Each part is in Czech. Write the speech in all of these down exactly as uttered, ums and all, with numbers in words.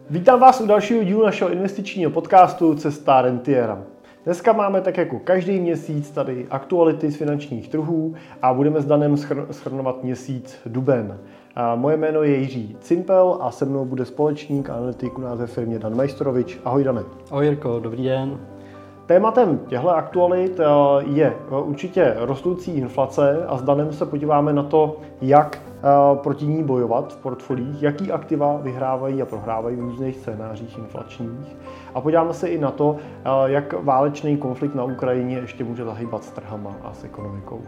Vítám vás u dalšího dílu našeho investičního podcastu Cesta rentiera. Dneska máme tak jako každý měsíc tady aktuality z finančních trhů a budeme s Danem shrnovat měsíc duben. A moje jméno je Jiří Cimpel a se mnou bude společník a analytik u nás ve firmě Dan Majstorovič. Ahoj Dane. Ahoj Jirko, dobrý den. Tématem těchto aktualit je určitě rostoucí inflace a s Danem se podíváme na to, jak proti ní bojovat v portfoliích, jaký aktiva vyhrávají a prohrávají v různých scénářích inflačních. A podíváme se i na to, jak válečný konflikt na Ukrajině ještě může zahýbat s trhama a s ekonomikou.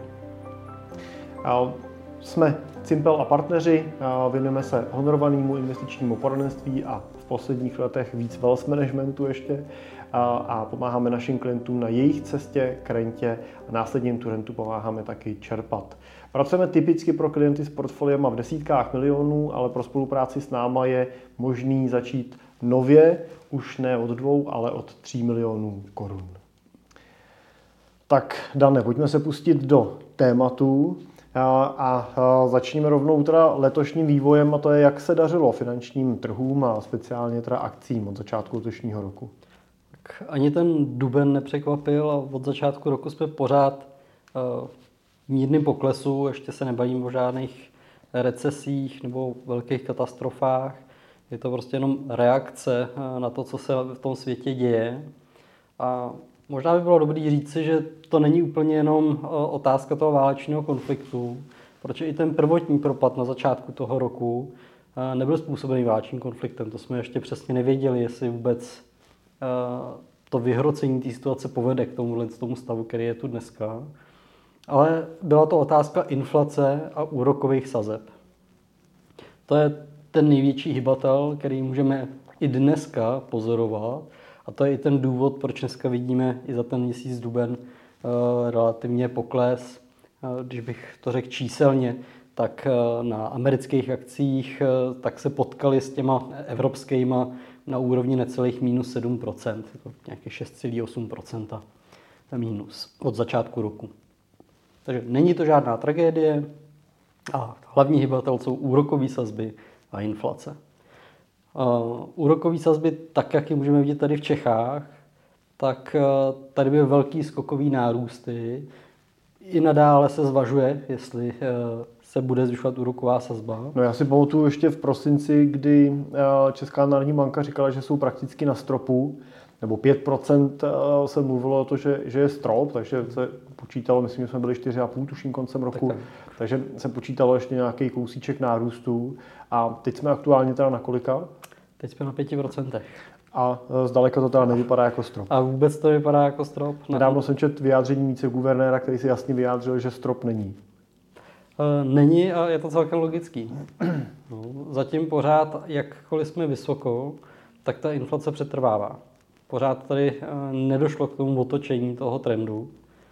Jsme Cimpel a partneři, věnujeme se honorovanému investičnímu poradenství a v posledních letech víc wealth managementu ještě a pomáháme našim klientům na jejich cestě k rentě a následně jim tu rentu pomáháme taky čerpat. Pracujeme typicky pro klienty s portfoliema v desítkách milionů, ale pro spolupráci s náma je možný začít nově, už ne od dvou, ale od tří milionů korun. Tak Dane, pojďme se pustit do tématu a začneme rovnou teda letošním vývojem, a to je, jak se dařilo finančním trhům a speciálně teda akcím od začátku letošního roku. Tak ani ten duben nepřekvapil a od začátku roku jsme pořád v mírném poklesu, ještě se nebavím o žádných recesích nebo velkých katastrofách. Je to prostě jenom reakce na to, co se v tom světě děje. A možná by bylo dobré říci, že to není úplně jenom otázka toho válečného konfliktu, protože i ten prvotní propad na začátku toho roku nebyl způsobený válečným konfliktem. To jsme ještě přesně nevěděli, jestli vůbec to vyhrocení té situace povede k tomuhle tomu stavu, který je tu dneska. Ale byla to otázka inflace a úrokových sazeb. To je ten největší hybatel, který můžeme i dneska pozorovat. A to je i ten důvod, proč dneska vidíme i za ten měsíc duben relativně pokles. Když bych to řekl číselně, tak na amerických akcích tak se potkali s těma evropskýma na úrovni necelých minus sedm procent, jako nějakých šest celá osm procenta minus od začátku roku. Takže není to žádná tragédie a hlavní hybatel jsou úrokové sazby a inflace. Uh, úrokové sazby, tak jak je můžeme vidět tady v Čechách, tak uh, tady byly velký skokový nárůsty. I nadále se zvažuje, jestli uh, se bude zvyšovat úroková sazba. No já si pamatuju ještě v prosinci, kdy uh, Česká národní banka říkala, že jsou prakticky na stropu, nebo pět procent uh, se mluvilo o to, že, že je strop, takže se počítalo, myslím, že jsme byli čtyři celá pět tuším koncem roku, tak, tak. takže se počítalo ještě nějaký kousíček nárůstu. A teď jsme aktuálně teda na kolika? Teď jsme na pěti procentech. A zdaleka to teda nevypadá jako strop. A vůbec to vypadá jako strop? Nedávno jsem četl vyjádření viceguvernéra, který si jasně vyjádřil, že strop není. Není a je to celkem logický. No, zatím pořád, jakkoliv jsme vysoko, tak ta inflace přetrvává. Pořád tady nedošlo k tomu otočení toho trendu.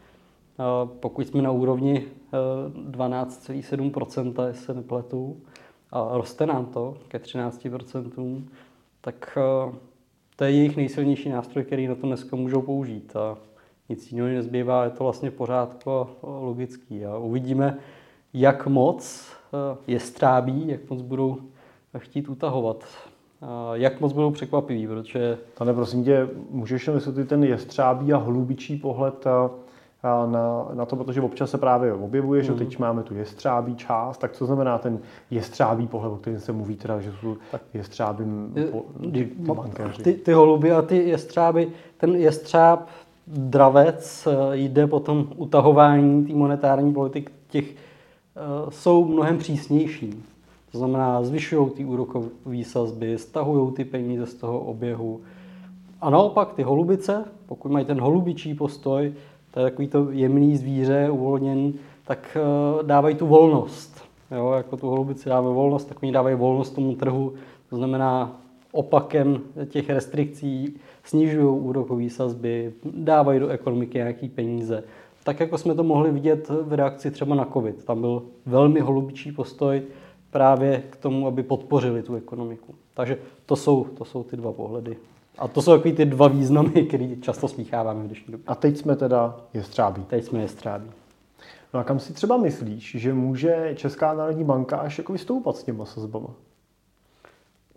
Pokud jsme na úrovni dvanáct celá sedm procenta, jestli se nepletu, a roste nám to ke třinácti procentům, tak to je jejich nejsilnější nástroj, který na to dneska můžou použít. A nic jiného nezbývá, je to vlastně pořád logický. A uvidíme, jak moc jestřábí, jak moc budou chtít utahovat. A jak moc budou překvapiví, protože... Tane, prosím tě, můžeš nám vysvětlit ten jestřábí a hlubičí pohled na, na to, protože občas se právě objevuje, že mm. teď máme tu jestřábí část, tak co znamená ten jestřábí pohled, o kterém se mluví, teda, že jsou jestřábím ty, ty bankéři? Ty, ty holuby a ty jestřáby, ten jestřáb dravec jde po tom utahování té monetární politiky, těch jsou mnohem přísnější. To znamená, zvyšují ty úrokové sazby, stahují ty peníze z toho oběhu. A naopak ty holubice, pokud mají ten holubičí postoj, to je takový to jemný zvíře, uvolněný, tak dávají tu volnost. Jo, jako tu holubici dáme volnost, tak oni dávají volnost tomu trhu. To znamená, opakem těch restrikcí snižují úrokové sazby, dávají do ekonomiky nějaké peníze. Tak jako jsme to mohli vidět v reakci třeba na covid. Tam byl velmi holubičí postoj právě k tomu, aby podpořili tu ekonomiku. Takže to jsou, to jsou ty dva pohledy. A to jsou takový ty dva významy, které často smícháváme v dnešní době. A teď jsme teda jestřábí. Teď jsme jestřábí. No a kam si třeba myslíš, že může Česká národní banka až jako vystoupat s těma sazbama?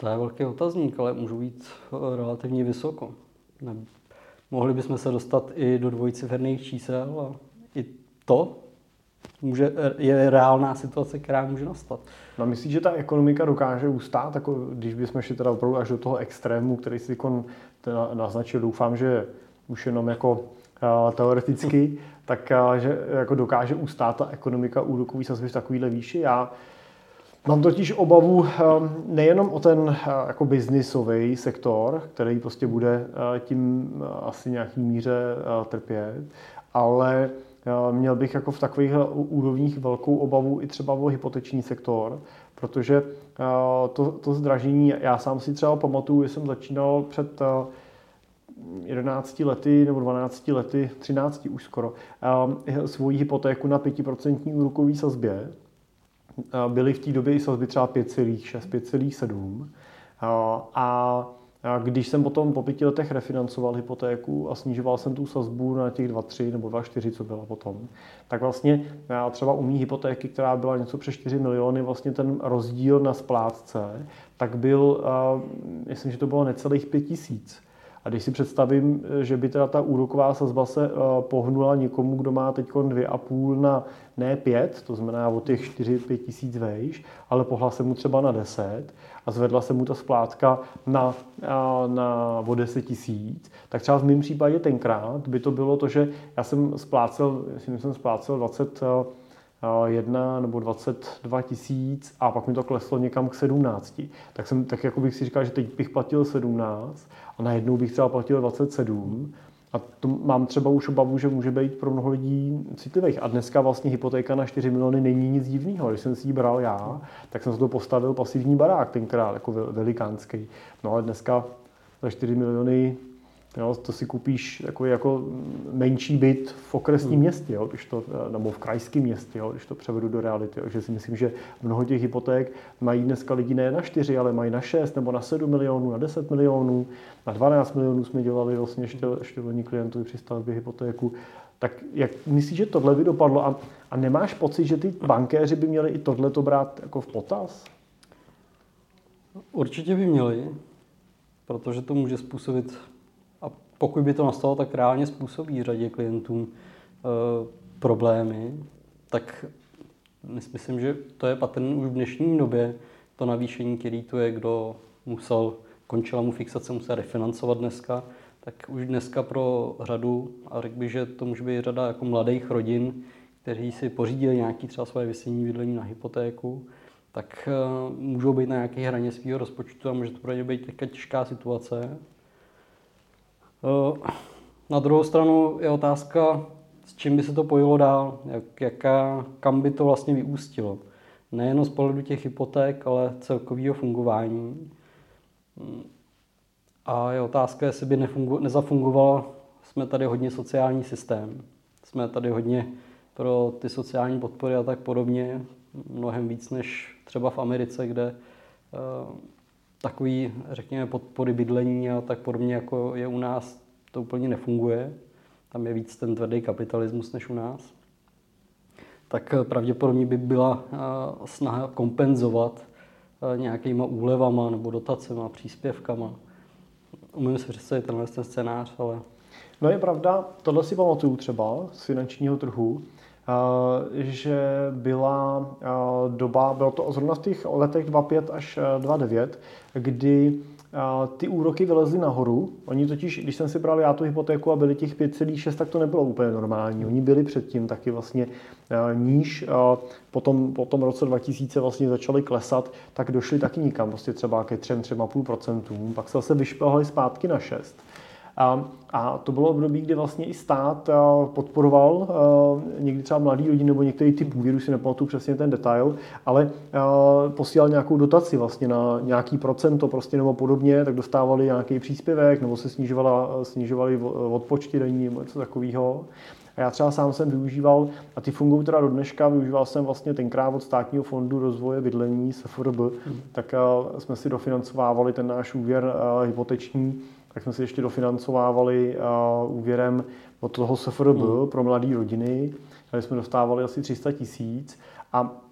To je velký otazník, ale můžou být relativně vysoko. Ne, mohli bychom se dostat i do dvojciferných čísel a i to může, je reálná situace, která může nastat. No, myslíš, že ta ekonomika dokáže ustát, jako když bychom šli teda opravdu až do toho extrému, který si naznačil, doufám, že už jenom jako uh, teoreticky, tak uh, že jako dokáže ustát ta ekonomika úrokový sazby v takovýhle výši? Já mám totiž obavu um, nejenom o ten uh, jako biznisový sektor, který prostě bude uh, tím uh, asi nějaký míře uh, trpět, ale měl bych jako v takových úrovních velkou obavu i třeba o hypoteční sektor, protože to, to zdražení, já sám si třeba pamatuju, že jsem začínal před jedenácti lety nebo dvanácti lety, třinácti už skoro, svoji hypotéku na pětiprocentní úrokový sazbě. Byly v té době i sazby třeba pět celá šest, pět celá sedm a když jsem potom po pěti letech refinancoval hypotéku a snižoval jsem tu sazbu na těch dva tři nebo dva čtyři, co byla potom, tak vlastně třeba u mý hypotéky, která byla něco přes čtyři miliony, vlastně ten rozdíl na splátce, tak byl, myslím, že to bylo necelých pět tisíc. A když si představím, že by teda ta úroková sazba se pohnula někomu, kdo má teď dvě a půl na ne pět, to znamená o těch čtyři pět tisíc vejš, ale pohla se mu třeba na deset a zvedla se mu ta splátka na, na o deset tisíc, tak třeba v mém případě tenkrát by to bylo to, že já jsem splácel, myslím, jsem splácel dvacet jedna nebo dvacet dva tisíc a pak mi to kleslo někam k sedmnácti. Tak, jsem, tak jako bych si říkal, že teď bych platil sedmnáct a najednou bych třeba platil dvacet sedm. A to mám třeba už obavu, že může být pro mnoho lidí citlivých. A dneska vlastně hypotéka na čtyři miliony není nic divného. Když jsem si ji bral já, tak jsem se to postavil pasivní barák tenkrát, jako velikánský. No ale dneska za čtyři miliony jo, to si koupíš jako, jako menší byt v okresním hmm. městě, jo, když to, nebo v krajském městě, jo, když to převedu do reality. Takže si myslím, že mnoho těch hypoték mají dneska lidi ne na čtyři, ale mají na šest nebo na sedm milionů, na deset milionů, na dvanáct milionů jsme dělali vlastně štělení klientovi při stavbě hypotéku. Tak jak myslíš, že tohle by dopadlo a, a nemáš pocit, že ty bankéři by měli i tohleto brát jako v potaz? Určitě by měli, protože to může způsobit. A pokud by to nastalo, tak reálně způsobí řadě klientům e, problémy, tak myslím, že to je patrné už v dnešní době, to navýšení, který tu je, kdo musel, končila mu fixace, musel refinancovat dneska, tak už dneska pro řadu, a řekl bych, že to může být řada jako mladých rodin, kteří si pořídili nějaké třeba svoje vysnění bydlení na hypotéku, tak e, můžou být na nějaké hraně svého rozpočtu a může to pro ně být taková těžká situace. Na druhou stranu je otázka, s čím by se to pojilo dál, jak, jaká, kam by to vlastně vyústilo. Nejen z pohledu těch hypoték, ale celkového fungování. A je otázka, jestli by nefungu, nezafungoval, jsme tady hodně sociální systém. Jsme tady hodně pro ty sociální podpory a tak podobně, mnohem víc než třeba v Americe, kde takový, řekněme, podpory bydlení a tak podobně, jako je u nás, to úplně nefunguje. Tam je víc ten tvrdý kapitalismus než u nás. Tak pravděpodobně by byla snaha kompenzovat nějakýma úlevama nebo dotacema, příspěvkama. Umím si představit tenhle ten scénář, ale... No je pravda, tohle si pamatuju třeba z finančního trhu, že byla doba, bylo to zrovna v těch letech dva pět až dva devět, kdy ty úroky vylezly nahoru. Oni totiž, když jsem si bral já tu hypotéku a byly těch pět celá šest, tak to nebylo úplně normální. Oni byli předtím taky vlastně níž. Potom po tom roce dva tisíce vlastně začaly klesat, tak došli taky nikam, prostě třeba ke tři, tři a půl procenta. Pak se zase vyšplhali zpátky na šest. A, a to bylo období, kdy vlastně i stát podporoval někdy třeba mladý rodiny nebo některý typ úvěru, si nepamatuju přesně ten detail, ale posílal nějakou dotaci vlastně na nějaký procento prostě nebo podobně, tak dostávali nějaký příspěvek nebo se snižovala, snižovali odpočty daní nebo něco takového. A já třeba sám jsem využíval, a ty fungují teda do dneška, využíval jsem vlastně tenkrát od Státního fondu rozvoje bydlení S F R B, hmm. tak jsme si dofinancovávali ten náš úvěr hypoteční, tak jsme si ještě dofinancovávali uh, úvěrem od toho S F R B mm. pro mladé rodiny. Tady jsme dostávali asi tři sta tisíc a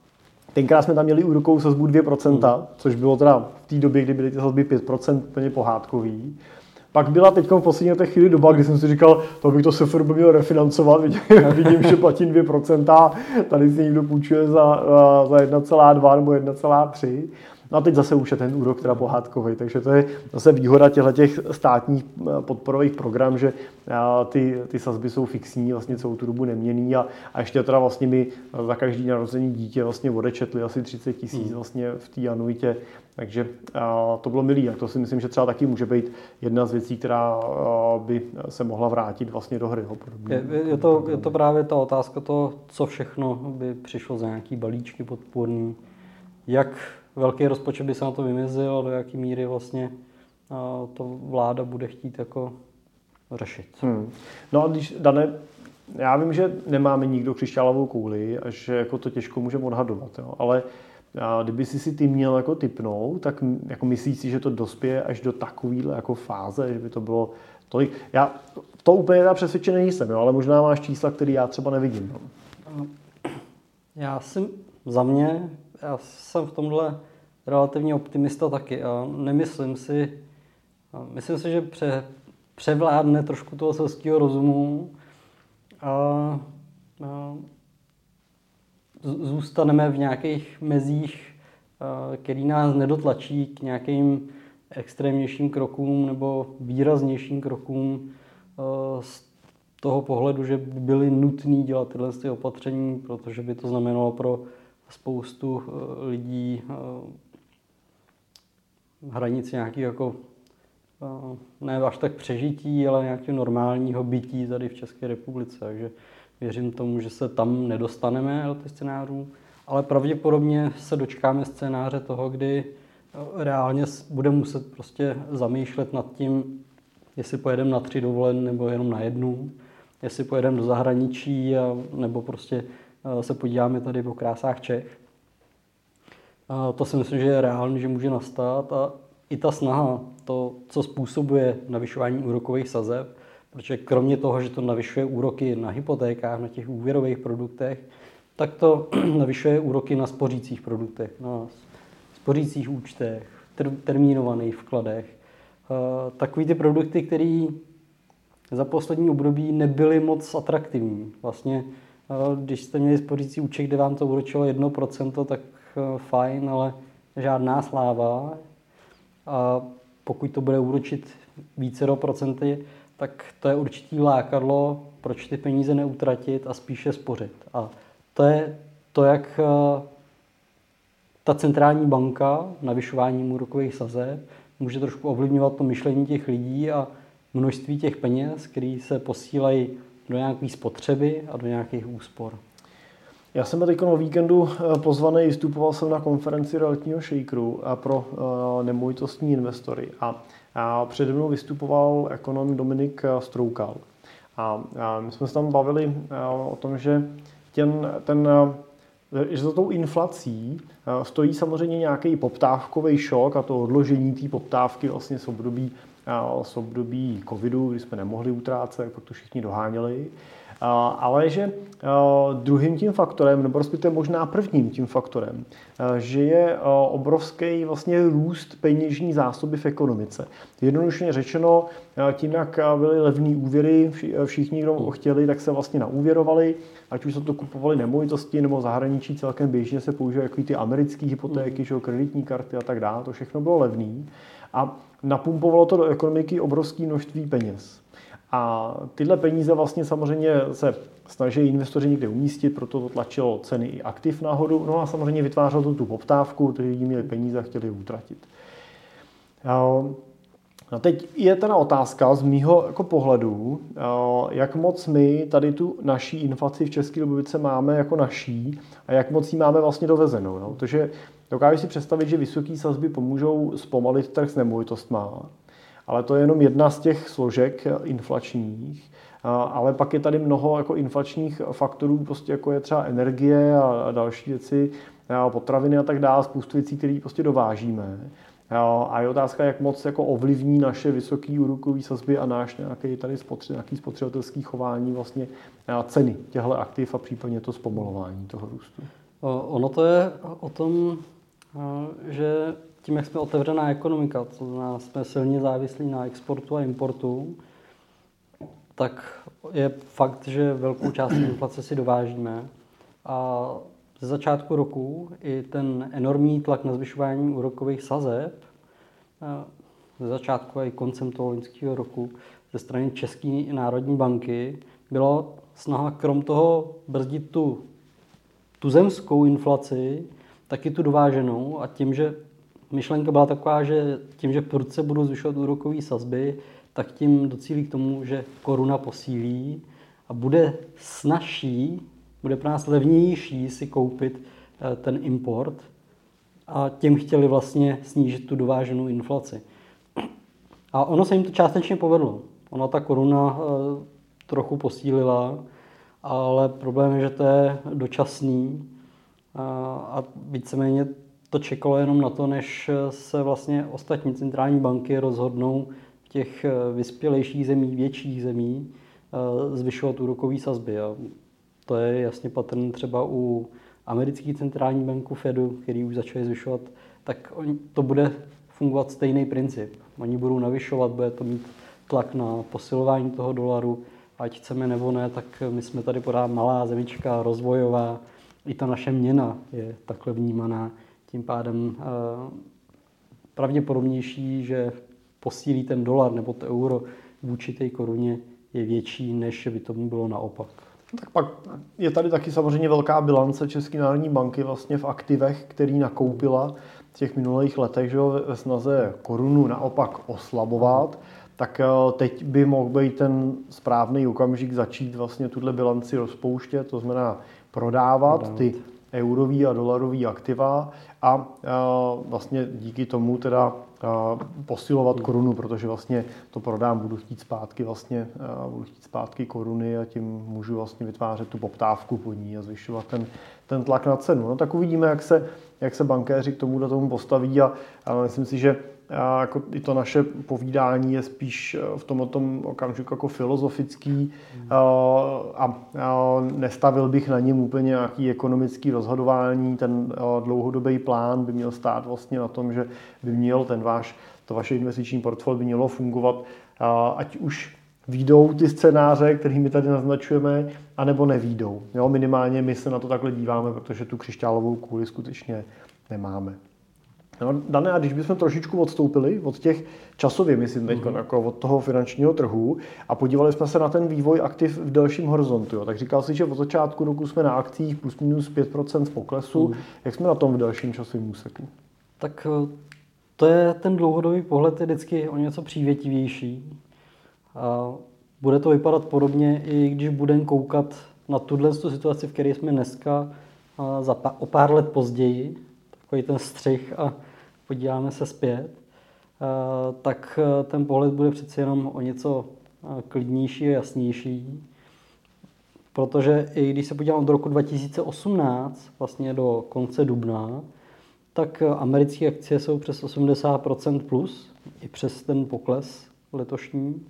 Tenkrát jsme tam měli úrokovou sazbu dvě procenta, hmm. což bylo teda v té době, kdy byly ty sazby pět procent úplně pohádkový. Pak byla teď v poslední té chvíli doba, kdy jsem si říkal, to bych to S F R B měl refinancovat, vidím, že platím dvě procenta, tady si někdo půjčuje za, za jedna celá dva nebo jedna celá tři. No a teď zase už je ten úrok teda pohádkový, takže to je zase výhoda těch státních podporových programů, že ty, ty sazby jsou fixní, vlastně celou tu dobu neměný a, a ještě teda vlastně mi za každý narození dítě vlastně odečetli asi třicet tisíc vlastně v té anuitě, takže to bylo milý, a to si myslím, že třeba taky může být jedna z věcí, která by se mohla vrátit vlastně do hry. Je, je, to, je to právě ta otázka to, co všechno by přišlo za nějaký balíčky podporný, jak velký rozpočet by se na to vymezil a do jaké míry vlastně to vláda bude chtít jako řešit. Hmm. No a když, Dane, já vím, že nemáme nikdo křišťálovou kouli a že jako to těžko můžeme odhadovat, jo, ale kdyby si si ty měl jako tipnout, tak jako myslíš si, že to dospěje až do takovéhle jako fáze, že by to bylo tolik. Já to úplně teda přesvědčený nejsem, jo, ale možná máš čísla, které já třeba nevidím. No. Já jsem za mě, já jsem v tomhle relativně optimista taky a nemyslím si, myslím si, že pře, převládne trošku toho selského rozumu a, a zůstaneme v nějakých mezích, který nás nedotlačí k nějakým extrémnějším krokům nebo výraznějším krokům z toho pohledu, že by byly nutné dělat tyhle ty opatření, protože by to znamenalo pro spoustu lidí hranici nějaký jako ne až tak přežití, ale nějakého normálního bytí tady v České republice. Takže věřím tomu, že se tam nedostaneme do těch scénářů, ale pravděpodobně se dočkáme scénáře toho, kdy reálně budeme muset prostě zamýšlet nad tím, jestli pojedeme na tři dovolen nebo jenom na jednu, jestli pojedeme do zahraničí a, nebo prostě se podíváme tady po krásách Čech. A to si myslím, že je reálný, že může nastat a i ta snaha, to, co způsobuje navyšování úrokových sazeb, protože kromě toho, že to navyšuje úroky na hypotékách, na těch úvěrových produktech, tak to navyšuje úroky na spořících produktech, na spořících účtech, ter- termínovaných vkladech. E, takový ty produkty, které za poslední období nebyly moc atraktivní. Vlastně, e, když jste měli spořící účet, kde vám to úročilo jedno procento, tak e, fajn, ale žádná sláva. A pokud to bude úročit vícero procenty, tak to je určitý lákadlo, proč ty peníze neutratit a spíše spořit. A to je to, jak ta centrální banka navyšováním úrokových sazeb může trošku ovlivňovat to myšlení těch lidí a množství těch peněz, které se posílají do nějaké spotřeby a do nějakých úspor. Já jsem teď o víkendu pozvaný, vystupoval jsem na konferenci realitního shakeru pro nemovitostní investory a a přede mnou vystupoval ekonom Dominik Stroukal. A, a my jsme se tam bavili o tom, že ten, ten, že za tou inflací stojí samozřejmě nějaký poptávkový šok a to odložení té poptávky vlastně z období, z období covidu, kdy jsme nemohli utrácet, pak to všichni doháněli. Ale že druhým tím faktorem, nebo respektive možná prvním tím faktorem, že je obrovský vlastně růst peněžní zásoby v ekonomice. Jednoduše řečeno, tím, jak byly levné úvěry, všichni, kdo chtěli, tak se vlastně naúvěrovali, ať už se to kupovali nemovitosti nebo v zahraničí celkem běžně se používají jako ty americké hypotéky, že, kreditní karty a tak dále, to všechno bylo levný a napumpovalo to do ekonomiky obrovské množství peněz. A tyhle peníze vlastně samozřejmě se snaží investoři někde umístit, proto to tlačilo ceny i aktiv nahoru, no a samozřejmě vytvářelo to tu poptávku, protože lidi měli peníze a chtěli je utratit. No teď je teda otázka z mýho jako pohledu, jak moc my tady tu naší inflaci v České republice máme jako naší a jak moc ji máme vlastně dovezenou. No? Protože dokážu si představit, že vysoké sazby pomůžou zpomalit trh s nemovitostma, ale to je jenom jedna z těch složek inflačních. Ale pak je tady mnoho jako inflačních faktorů, prostě jako je třeba energie a další věci, potraviny a tak dále, spoustu věcí, které prostě dovážíme. A je otázka, jak moc jako ovlivní naše vysoké úrokové sazby a náš nějaký tady spotře, nějaký spotřebitelský chování vlastně ceny těchto aktiv a případně to zpomalování toho růstu. Ono to je o tom, že tím, jak jsme otevřená ekonomika, to znamená, jsme silně závislí na exportu a importu, tak je fakt, že velkou část inflace si dovážíme. A ze začátku roku i ten enormní tlak na zvyšování úrokových sazeb, ze začátku a i koncem toho loňského roku, ze strany České národní banky, byla snaha krom toho brzdit tu tuzemskou inflaci, taky tu dováženou, a tím, že myšlenka byla taková, že tím, že prudce budou zvyšovat úrokové sazby, tak tím docílí k tomu, že koruna posílí a bude snazší, bude pro nás levnější si koupit ten import, a tím chtěli vlastně snížit tu dováženou inflaci. A ono se jim to částečně povedlo. Ona ta koruna trochu posílila, ale problém je, že to je dočasný a víceméně to čekalo jenom na to, než se vlastně ostatní centrální banky rozhodnou v těch vyspělejších zemích, větších zemí zvyšovat úrokové sazby. A to je jasně patrné třeba u americké centrální banku Fedu, který už začali zvyšovat, tak to bude fungovat stejný princip. Oni budou navyšovat, bude to mít tlak na posilování toho dolaru, ať chceme nebo ne, tak my jsme tady pořád malá zemička, rozvojová, i ta naše měna je takhle vnímaná. Tím pádem eh, pravděpodobnější, že posílí ten dolar nebo to euro vůči té koruně, je větší, než by tomu bylo naopak. Tak pak je tady taky samozřejmě velká bilance České národní banky vlastně v aktivech, který nakoupila v těch minulých letech, že jo, ve snaze korunu naopak oslabovat. Tak teď by mohl být ten správný okamžik začít vlastně tuhle bilanci rozpouštět, to znamená prodávat, prodávat. ty eurový a dolarový aktiva a, a vlastně díky tomu teda a, posilovat hmm. korunu, protože vlastně to prodám, budu chtít zpátky vlastně, a, budu chtít zpátky koruny a tím můžu vlastně vytvářet tu poptávku po ní a zvyšovat ten, ten tlak na cenu. No tak uvidíme, jak se, jak se bankéři k tomu do tomu postaví a, a myslím si, že a jako i to naše povídání je spíš v tomto okamžiku jako filozofický a, a, a nestavil bych na něm úplně nějaký ekonomický rozhodování. Ten dlouhodobý plán by měl stát vlastně na tom, že by měl ten váš, to vaše investiční portfolio by mělo fungovat, a, ať už výjdou ty scénáře, kterými tady naznačujeme, anebo nevíjdou. Jo, minimálně my se na to takhle díváme, protože tu křišťálovou kouli skutečně nemáme. No, Dané, a když bychom trošičku odstoupili od těch časově, myslím teď, mm-hmm. jako od toho finančního trhu a podívali jsme se na ten vývoj aktiv v delším horizontu. Jo. Tak říkal jsi, že od začátku roku jsme na akcích plus minus pět procent v poklesu. Mm. Jak jsme na tom v delším časovém úseku? Tak to je ten dlouhodobý pohled je vždycky o něco přívětivější. A bude to vypadat podobně, i když budeme koukat na tuhle situaci, v které jsme dneska za pár, o pár let později, takový ten střih a podíváme se zpět, tak ten pohled bude přeci jenom o něco klidnější a jasnější. Protože i když se podívám od roku dva tisíce osmnáct, vlastně do konce dubna, tak americké akcie jsou přes osmdesát procent plus, i přes ten pokles letošní.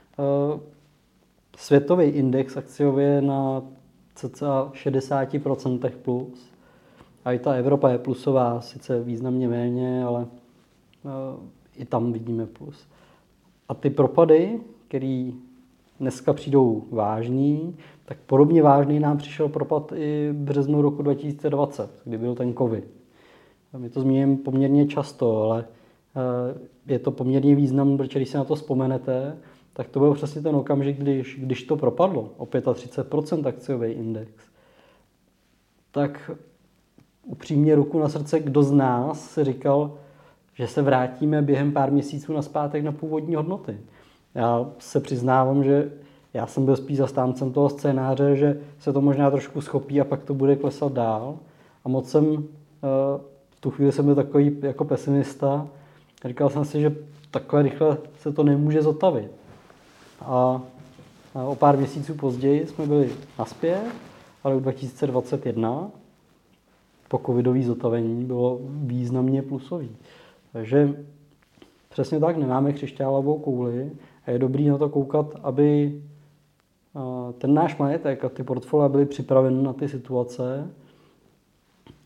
Světový index akciově je na cca šedesát procent plus. A i ta Evropa je plusová, sice významně méně, ale i tam vidíme plus. A ty propady, které dneska přijdou vážný, tak podobně vážný nám přišel propad i v březnu roku dva tisíce dvacet, kdy byl ten covid. My to zmíním poměrně často, ale je to poměrně významné, protože když se na to vzpomenete, tak to byl přesně ten okamžik, když, když to propadlo o třicet pět procent akciový index. Tak upřímně ruku na srdce, kdo z nás si říkal, že se vrátíme během pár měsíců nazpátek na původní hodnoty. Já se přiznávám, že já jsem byl spíš zastáncem toho scénáře, že se to možná trošku schopí a pak to bude klesat dál. A moc jsem, v tu chvíli jsem byl takový jako pesimista. Říkal jsem si, že takhle rychle se to nemůže zotavit. A o pár měsíců později jsme byli nazpět, ale v dva tisíce dvacet jedna po covidový zotavení bylo významně plusový. Takže přesně tak, nemáme křišťálovou kouli a je dobrý na to koukat, aby ten náš majetek a ty portfolia byly připraveny na ty situace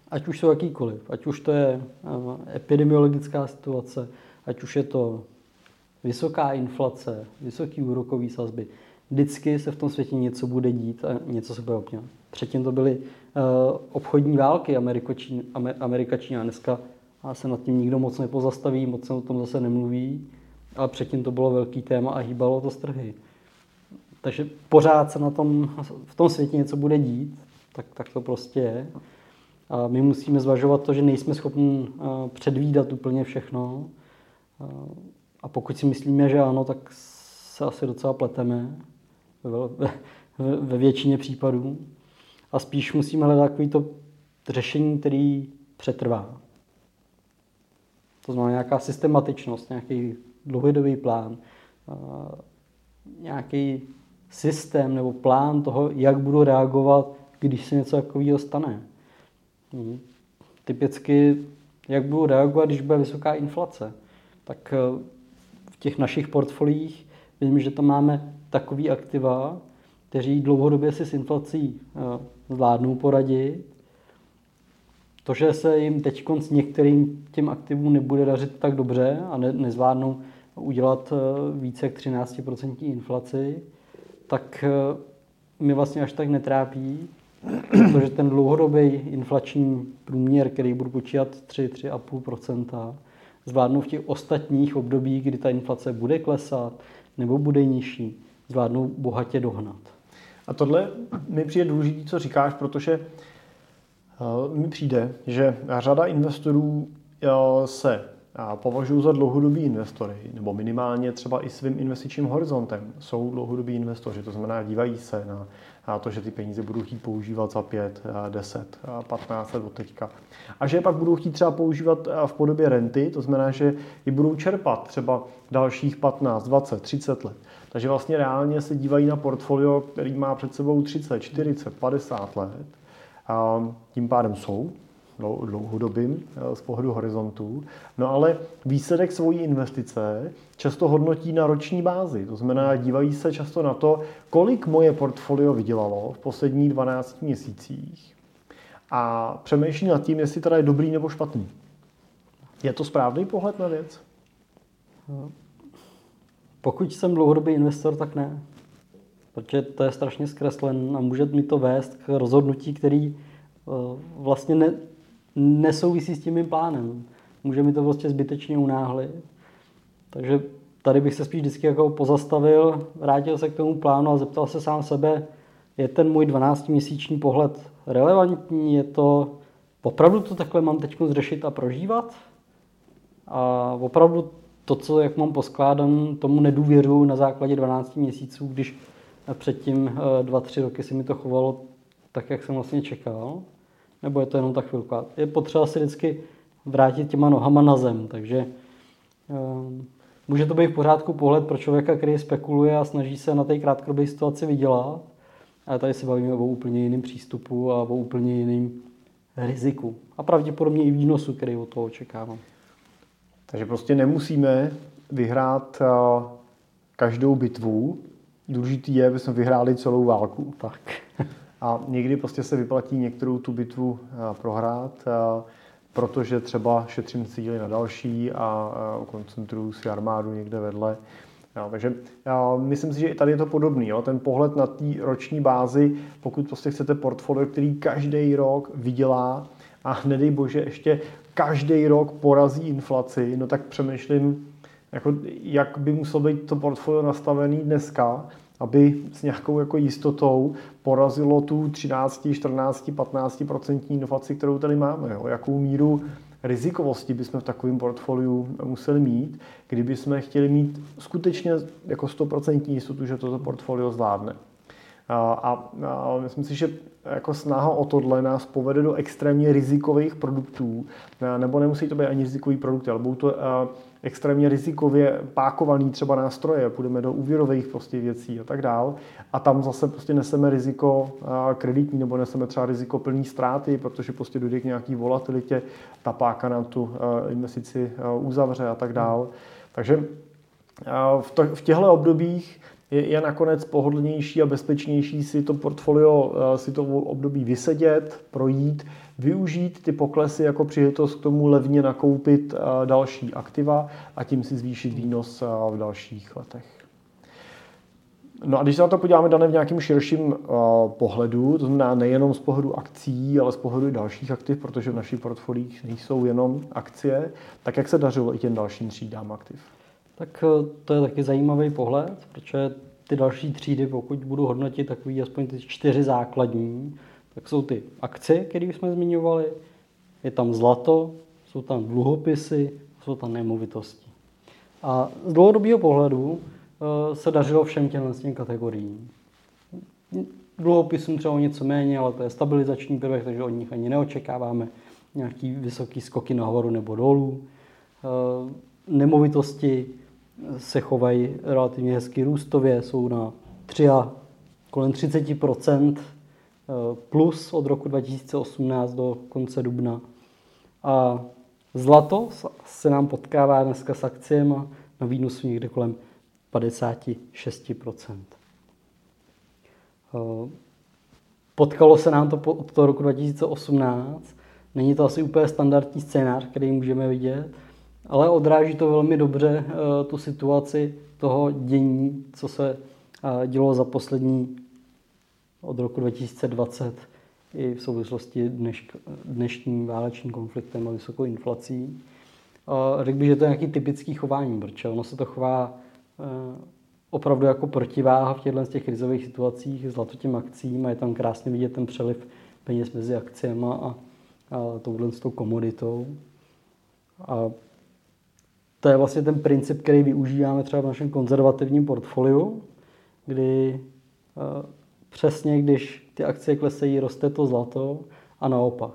ať už jsou jakýkoliv, ať už to je epidemiologická situace, ať už je to vysoká inflace, vysoký úrokový sazby, vždycky se v tom světě něco bude dít a něco se bude obměňovat. Předtím to byly uh, obchodní války Amerika Čína. Dneska se nad tím nikdo moc nepozastaví, moc se o tom zase nemluví, ale předtím to bylo velký téma a hýbalo to z trhy. Takže pořád se na tom, v tom světě něco bude dít, tak, tak to prostě je. A my musíme zvažovat to, že nejsme schopni uh, předvídat úplně všechno. Uh, a pokud si myslíme, že ano, tak se asi docela pleteme ve, ve, ve většině případů. A spíš musíme hledat takový to řešení, který přetrvá. To znamená nějaká systematičnost, nějaký dlouhodobý plán, nějaký systém nebo plán toho, jak budu reagovat, když se něco takového stane. Typicky, jak budu reagovat, když bude vysoká inflace. Tak v těch našich portfoliích vidím, že tam máme takový aktiva, kteří dlouhodobě si s inflací zvládnou poradit. To, že se jim teď s některým těm aktivům nebude dařit tak dobře a ne, nezvládnou udělat více jak třináct procent inflaci, tak mě vlastně až tak netrápí, protože ten dlouhodobý inflační průměr, který budu počítat tři až tři a půl procenta, zvládnou v těch ostatních obdobích, kdy ta inflace bude klesat nebo bude nižší, zvládnou bohatě dohnat. A tohle mi přijde důležité, co říkáš, protože mi přijde, že řada investorů se považují za dlouhodobí investory, nebo minimálně třeba i svým investičním horizontem jsou dlouhodobí investoři, to znamená dívají se na to, že ty peníze budou chtít používat za pět, deset, patnáct let od teďka. A že je pak budou chtít třeba používat v podobě renty, to znamená, že ji budou čerpat třeba dalších patnáct, dvacet, třicet let. Takže vlastně reálně se dívají na portfolio, který má před sebou třicet, čtyřicet, padesát let. A tím pádem jsou dlouhodobým z pohledu horizontů. No ale výsledek svojí investice často hodnotí na roční bázi. To znamená, dívají se často na to, kolik moje portfolio vydělalo v posledních dvanácti měsících a přemýšlí nad tím, jestli teda je dobrý nebo špatný. Je to správný pohled na věc? Pokud jsem dlouhodobý investor, tak ne. Protože to je strašně zkreslen a může mi to vést k rozhodnutí, který vlastně ne, nesouvisí s tím mým plánem. Může mi to vlastně zbytečně unáhlit. Takže tady bych se spíš vždycky jako pozastavil, vrátil se k tomu plánu a zeptal se sám sebe, je ten můj dvanáctiměsíční pohled relevantní, je to, opravdu to takhle mám teď řešit a prožívat? A opravdu to, co jak mám poskládan, tomu nedůvěřuji na základě dvanácti měsíců, když předtím dva, tři roky se mi to chovalo tak, jak jsem vlastně čekal. Nebo je to jenom ta chvilka. Je potřeba si vždycky vrátit těma nohama na zem. Takže um, může to být v pořádku pohled pro člověka, který spekuluje a snaží se na té krátkodobé situaci vydělat. Ale tady se bavíme o úplně jiném přístupu a o úplně jiném riziku. A pravděpodobně i výnosu, který od toho očekávám. Takže prostě nemusíme vyhrát uh, každou bitvu. Důležitý je, aby jsme vyhráli celou válku. Tak. A někdy prostě se vyplatí některou tu bitvu uh, prohrát, uh, protože třeba šetřím cíly na další a uh, koncentruju si armádu někde vedle. No, takže uh, myslím si, že i tady je to podobný. Jo? Ten pohled na té roční bázi, pokud prostě chcete portfolio, který každý rok vydělá a nedej bože ještě každý rok porazí inflaci, no tak přemýšlím, jako, jak by muselo být to portfolio nastavené dneska, aby s nějakou jako jistotou porazilo tu třináct, čtrnáct, patnáct procentní inflaci, kterou tady máme. Jo? Jakou míru rizikovosti bychom v takovém portfoliu museli mít, kdyby jsme chtěli mít skutečně jako sto procent jistotu, že toto portfolio zvládne. A, a, a myslím si, že jako snaha o tohle nás povede do extrémně rizikových produktů, nebo nemusí to být ani rizikový produkty, ale budou to extrémně rizikově pákovaný třeba nástroje, půjdeme do úvěrových prostě věcí a tak dál. A tam zase prostě neseme riziko kreditní nebo neseme třeba riziko plný ztráty, protože prostě dojde k nějaký volatilitě, ta páka nám tu investici uzavře a tak dál. Takže v těchto obdobích je, je nakonec pohodlnější a bezpečnější si to portfolio, si to období vysedět, projít, využít ty poklesy jako příležitost k tomu levně nakoupit další aktiva a tím si zvýšit výnos v dalších letech. No a když se na to podíváme, Dané, v nějakým širším uh, pohledu, to znamená nejenom z pohledu akcí, ale z pohledu dalších aktiv, protože v našich portfoliích nejsou jenom akcie, tak jak se dařilo i těm dalším třídám aktiv? Tak to je taky zajímavý pohled, protože ty další třídy, pokud budu hodnotit takový aspoň ty čtyři základní, tak jsou ty akcie, které jsme zmiňovali, je tam zlato, jsou tam dluhopisy, jsou tam nemovitosti. A z dlouhodobého pohledu se dařilo všem těmhle těm kategoriím. Dluhopisům třeba o něco méně, ale to je stabilizační prvek, takže od nich ani neočekáváme nějaký vysoký skoky nahoru nebo dolů. Nemovitosti se chovají relativně hezky růstově, jsou na tři a kolem třicet procent plus od roku dva tisíce osmnáct do konce dubna. A zlato se nám potkává dneska s akciemi na výnosu někde kolem padesát šest procent. Potkalo se nám to od toho roku dva tisíce osmnáct. Není to asi úplně standardní scénář, který můžeme vidět, ale odráží to velmi dobře tu situaci toho dění, co se dělo za poslední od roku dva tisíce dvacet i v souvislosti dneš, dnešním válečným konfliktem a vysokou inflací. Řekl bych, že to je nějaký typický chování, protože ono se to chová opravdu jako protiváha v těchto těch krizových situacích zlato těm akcím a je tam krásně vidět ten přeliv peněz mezi akciemi a, a touhle s tou komoditou. A to je vlastně ten princip, který využíváme třeba v našem konzervativním portfoliu, kdy uh, přesně když ty akcie klesají, roste to zlato a naopak.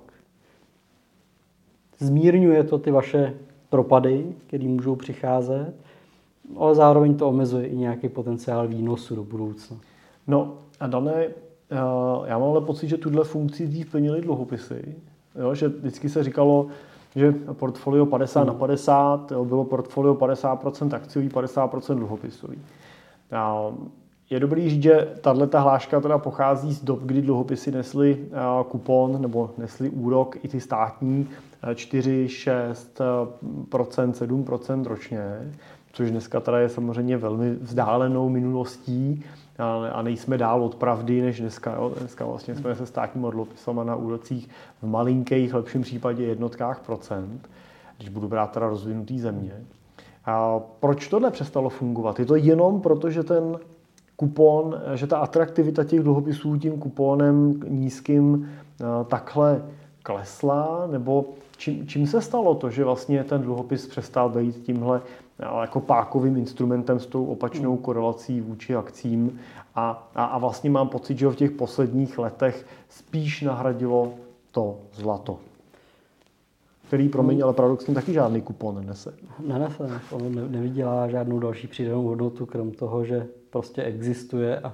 Zmírňuje to ty vaše propady, které můžou přicházet, ale zároveň to omezuje i nějaký potenciál výnosu do budoucna. No a Dané, já mám ale pocit, že tuhle funkci dřív plnily dluhopisy, jo, že vždycky se říkalo, že portfolio padesát na padesát, jo, bylo portfolio padesát procent akciový, padesát procent dluhopisový. A je dobrý říct, že tato hláška teda pochází z dob, kdy dluhopisy nesly kupon nebo nesly úrok i ty státní čtyři, šest procent, sedm procent ročně, což dneska teda je samozřejmě velmi vzdálenou minulostí a nejsme dál od pravdy než dneska. Jo. Dneska vlastně jsme se státními dluhopisama na úrocích v malinkých, v lepším případě jednotkách procent, když budu brát teda rozvinutý země. A proč tohle přestalo fungovat? Je to jenom proto, že ten kupon, že ta atraktivita těch dluhopisů tím kuponem nízkým takhle klesla, nebo čím, čím se stalo to, že vlastně ten dluhopis přestal být tímhle jako pákovým instrumentem s tou opačnou korelací vůči akcím a, a, a vlastně mám pocit, že ho v těch posledních letech spíš nahradilo to zlato, který, promiň, ale paradoxně taky žádný kupon nenese. Nenese, on nevydělá žádnou další přidanou hodnotu, krom toho, že prostě existuje a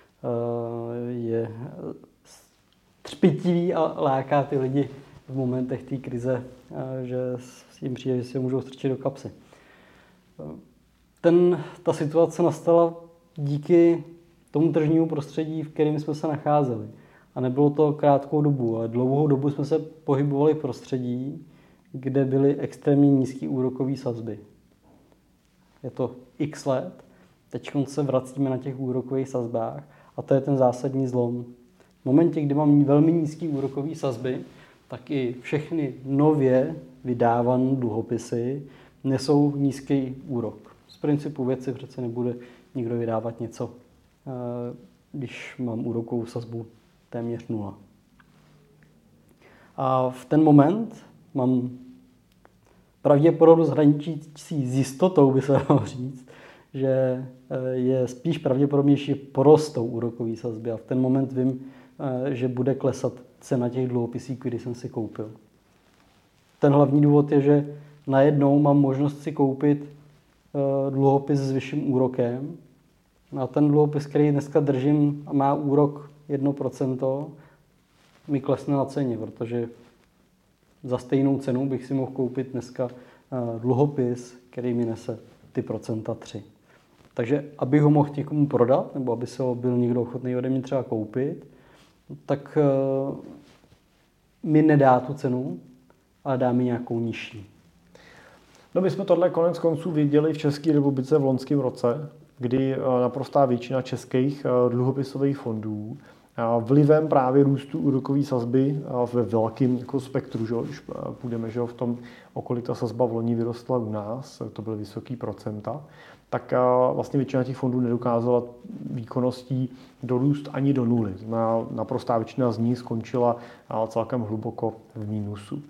je třpitivý a láká ty lidi v momentech té krize, že s tím přijde, že si ho můžou strčit do kapsy. Ten, ta situace nastala díky tomu tržnímu prostředí, v kterém jsme se nacházeli. A nebylo to krátkou dobu, ale dlouhou dobu jsme se pohybovali v prostředí, kde byly extrémně nízké úrokové sazby. Je to x let, teď se vracíme na těch úrokových sazbách a to je ten zásadní zlom. V momentě, kdy mám velmi nízké úrokové sazby, tak i všechny nově vydávané dluhopisy nesou nízký úrok. Z principu věci přece nebude nikdo vydávat něco, když mám úrokovou sazbu téměř nula. A v ten moment mám pravděpodobnost hraničící s jistotou, by se dalo říct, že je spíš pravděpodobnější porostou úrokové sazby a v ten moment vím, že bude klesat cena těch dluhopisů, který jsem si koupil. Ten hlavní důvod je, že najednou mám možnost si koupit dluhopis s vyšším úrokem a ten dluhopis, který dneska držím a má úrok jedno procento, mi klesne na ceně, protože za stejnou cenu bych si mohl koupit dneska dluhopis, který mi nese ty procenta tři. Takže aby ho mohl někomu prodat, nebo aby se ho byl někdo ochotný ode mě třeba koupit, tak mi nedá tu cenu, ale dá mi nějakou nižší. No my jsme tohle konec konců viděli v České republice v loňském roce, kdy naprostá většina českých dluhopisových fondů vlivem právě růstu úrokové sazby ve velkém jako spektru, že, když půjdeme že, v tom, o kolik ta sazba v loni vyrostla u nás, to byly vysoký procenta, tak vlastně většina těch fondů nedokázala výkonností dorůst ani do nuly. Naprostá většina z nich skončila celkem hluboko v mínusu.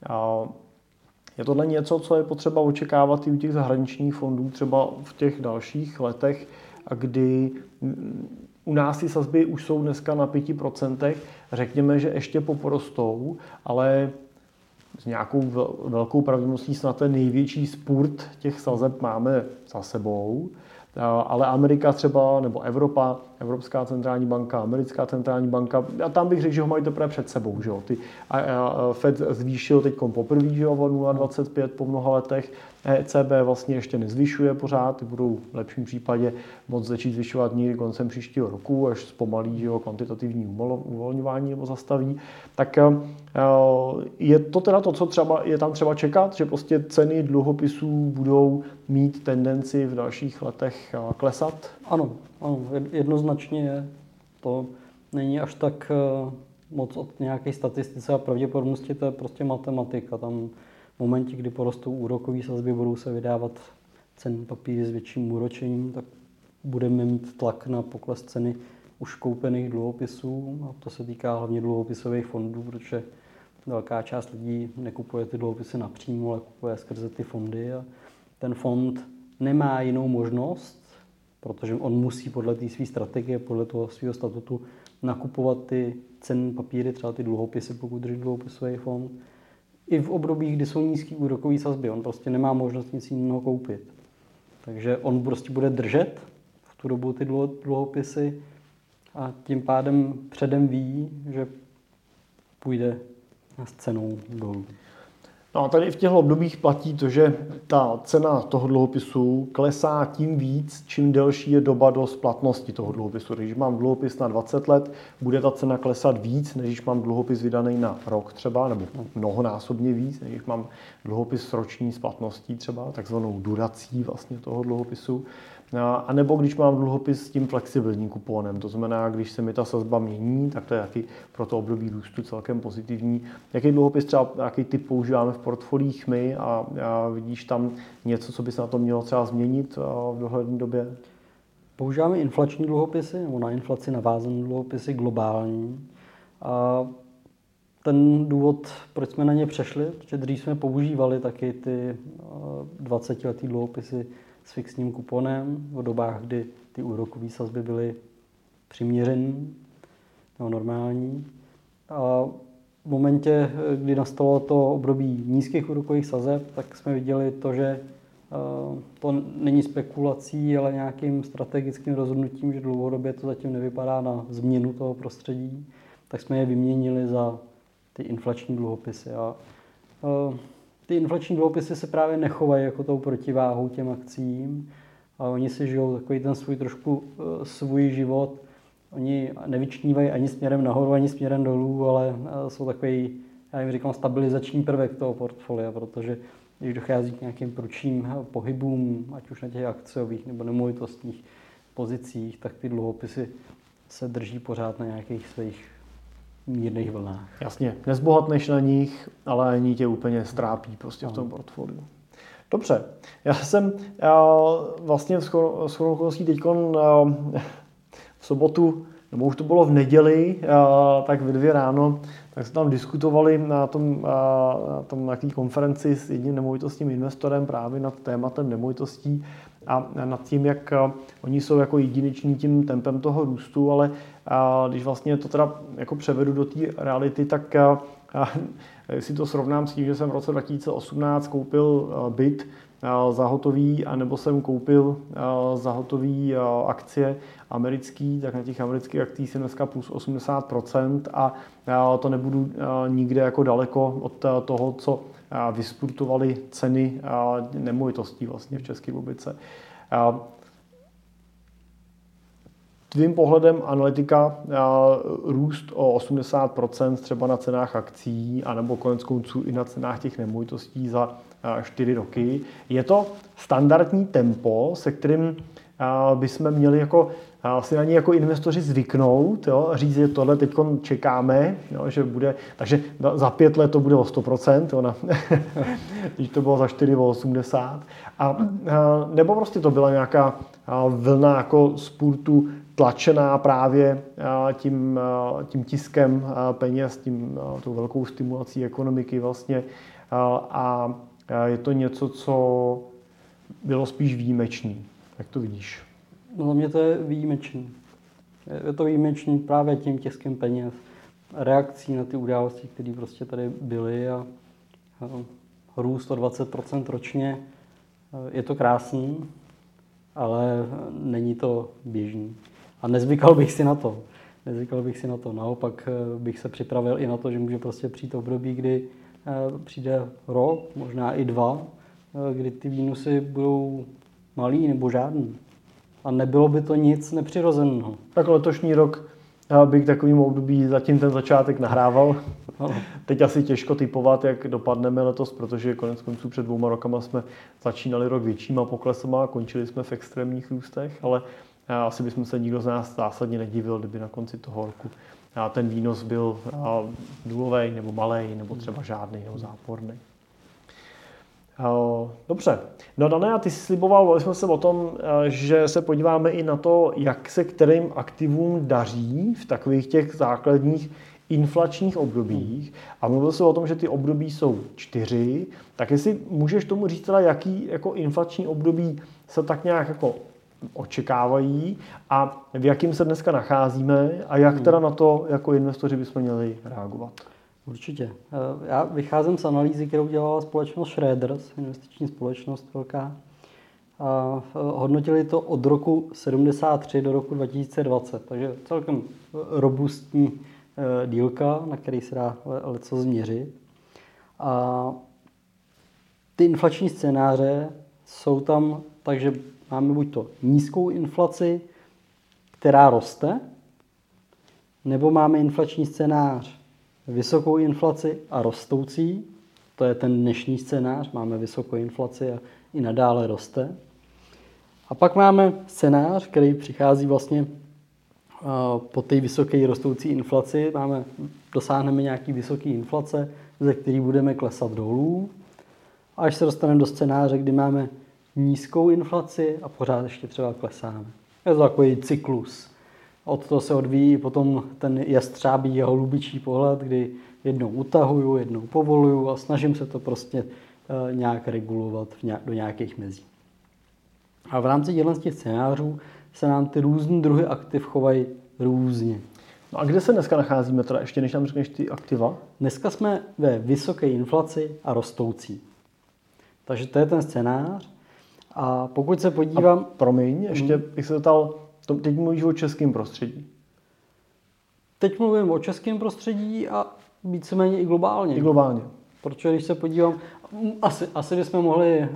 Je tohle něco, co je potřeba očekávat i u těch zahraničních fondů, třeba v těch dalších letech, kdy u nás ty sazby už jsou dneska na pěti procentech, řekněme, že ještě poporostou, ale s nějakou velkou pravděpodobností snad ten největší spurt těch sazeb máme za sebou. Ale Amerika třeba, nebo Evropa, Evropská centrální banka, Americká centrální banka, a tam bych řekl, že ho mají teprve před sebou. Že jo? Ty, a, a Fed zvýšil teď poprvé, že jo, o nula celá dvacet pět po mnoha letech. E C B vlastně ještě nezvyšuje pořád, ty budou v lepším případě moc začít zvyšovat někdy koncem příštího roku, až zpomalí, že jo, kvantitativní uvolňování nebo zastaví. Tak je to teda to, co třeba je tam třeba čekat, že prostě ceny dluhopisů budou mít tendenci v dalších letech klesat? Ano, ano, jednoznačně je. To není až tak moc od nějaké statistice a pravděpodobnosti, to je prostě matematika. Tam v momentě, kdy porostou úrokové sazby, budou se vydávat cenné papíry s větším úročením, tak budeme mít tlak na pokles ceny už koupených dluhopisů. A to se týká hlavně dluhopisových fondů, protože velká část lidí nekupuje ty dluhopisy napřímo, ale kupuje skrze ty fondy. A ten fond nemá jinou možnost, protože on musí podle té své strategie, podle toho svého statutu nakupovat ty cenné papíry, třeba ty dluhopisy, pokud drží dluhopisový fond. I v období, kdy jsou nízké úrokové sazby, on prostě nemá možnost nic jiného koupit. Takže on prostě bude držet v tu dobu ty dluhopisy a tím pádem předem ví, že půjde s cenou dolů. No a tady v těchto obdobích platí to, že ta cena toho dluhopisu klesá tím víc, čím delší je doba do splatnosti toho dluhopisu. Když mám dluhopis na dvacet let, bude ta cena klesat víc, než když mám dluhopis vydaný na rok třeba, nebo mnohonásobně víc, než když mám dluhopis s roční splatností třeba, takzvanou durací vlastně toho dluhopisu. A nebo když mám dluhopis s tím flexibilním kuponem, to znamená, když se mi ta sazba mění, tak to je taky pro to období růstu celkem pozitivní. Jaký dluhopis třeba, jaký typ používáme v portfoliích my a, a vidíš tam něco, co by se na to mělo třeba změnit v dohledné době? Používáme inflační dluhopisy, nebo na inflaci navázané dluhopisy globální. A ten důvod, proč jsme na ně přešli, protože dřív jsme používali taky ty dvacetiletý dluhopisy s fixním kuponem v dobách, kdy ty úrokové sazby byly přiměřené nebo normální. A v momentě, kdy nastalo to období nízkých úrokových sazeb, tak jsme viděli to, že to není spekulací, ale nějakým strategickým rozhodnutím, že dlouhodobě to zatím nevypadá na změnu toho prostředí, tak jsme je vyměnili za ty inflační dluhopisy. A ty inflační dluhopisy se právě nechovají jako tou protiváhou těm akcím a oni si žijou takový ten svůj trošku svůj život. Oni nevyčnívají ani směrem nahoru, ani směrem dolů, ale jsou takový, já jim říkám, stabilizační prvek toho portfolia, protože když dochází k nějakým prudším pohybům, ať už na těch akciových nebo nemovitostních pozicích, tak ty dluhopisy se drží pořád na nějakých svých mírných vlnách. Jasně, nezbohatneš na nich, ale ani tě úplně strápí prostě v tom portfoliu. Dobře, já jsem já vlastně s okolností teďkon v sobotu, nebo už to bylo v neděli, tak ve dvě ráno, tak jsme tam diskutovali na tom, na tom na té konferenci s jedním nemovitostním investorem právě nad tématem nemovitostí a nad tím, jak oni jsou jako jedineční tím tempem toho růstu, ale když vlastně to teda jako převedu do té reality, tak si to srovnám s tím, že jsem v roce dva tisíce osmnáct koupil byt za hotový, anebo jsem koupil za hotový akcie americký, tak na těch amerických akcích jsem dneska plus osmdesát procent a to nebudu nikde jako daleko od toho, co vyspurtovaly ceny nemovitostí vlastně v České republice. tvým pohledem analytika růst o osmdesát procent třeba na cenách akcií anebo konec konců i na cenách těch nemovitostí za čtyři roky. Je to standardní tempo, se kterým bychom měli jako si na ně jako investoři zvyknout, jo, říct, že tohle teď čekáme, jo, že bude, takže za pět let to bude o sto procent, jo, na, když to bylo za čtyři o osmdesát. A, nebo prostě to byla nějaká vlna jako spurtu tlačená právě tím, tím tiskem peněz, tím, tou velkou stimulací ekonomiky vlastně. A je to něco, co bylo spíš výjimečný. Jak to vidíš? No, za mě to je výjimečný. Je to výjimečný právě tím tiskem peněz, reakcí na ty události, které prostě tady byly a, a růst o dvacet procent ročně. Je to krásný, ale není to běžný. A nezvykal bych si na to. Nezvykal bych si na to. Naopak bych se připravil i na to, že může prostě přijít období, kdy přijde rok, možná i dva, kdy ty výnosy budou malý nebo žádný. A nebylo by to nic nepřirozeného. Tak letošní rok bych takovým období zatím ten začátek nahrával. No. Teď asi těžko typovat, jak dopadneme letos, protože konec konců před dvouma rokama jsme začínali rok většíma poklesama a končili jsme v extrémních růstech, ale asi bychom se nikdo z nás zásadně nedivil, kdyby na konci toho roku ten výnos byl nulový nebo malej, nebo třeba žádný, nebo záporný. Dobře. No Dané, a ty jsi sliboval, bavili jsme se o tom, že se podíváme i na to, jak se kterým aktivům daří v takových těch základních inflačních obdobích. A mluvil jsi o tom, že ty období jsou čtyři. Tak jestli můžeš tomu říct teda, jaký jako inflační období se tak nějak jako očekávají a v jakým se dneska nacházíme a jak teda na to jako investoři bychom měli reagovat? Určitě. Já vycházím z analýzy, kterou dělala společnost Schroders, investiční společnost velká. A hodnotili to od roku sedmdesát tři do roku dva tisíce dvacet, takže celkem robustní dílka, na který se dá leco změřit. A ty inflační scénáře jsou tam, takže máme buď to nízkou inflaci, která roste, nebo máme inflační scénář vysokou inflaci a rostoucí. To je ten dnešní scénář, máme vysokou inflaci a i nadále roste. A pak máme scénář, který přichází vlastně po té vysoké rostoucí inflaci. Máme, dosáhneme nějaký vysoký inflace, ze který budeme klesat dolů. Až se dostaneme do scénáře, kdy máme nízkou inflaci a pořád ještě třeba klesáme. Je to takový cyklus. Od toho se odvíjí potom ten jestřábí a holubičí pohled, kdy jednou utahuju, jednou povoluju a snažím se to prostě nějak regulovat do nějakých mezí. A v rámci těchto scénářů se nám ty různé druhy aktiv chovají různě. No a kde se dneska nacházíme, teda ještě než nám řekneš ty aktiva? Dneska jsme ve vysoké inflaci a rostoucí. Takže to je ten scénář. A pokud se podívám... A promiň, ještě bych se zeptal, teď mluvíš o českém prostředí. Teď mluvím o českém prostředí a víceméně i globálně. I globálně. Protože když se podívám, asi, asi bychom mohli,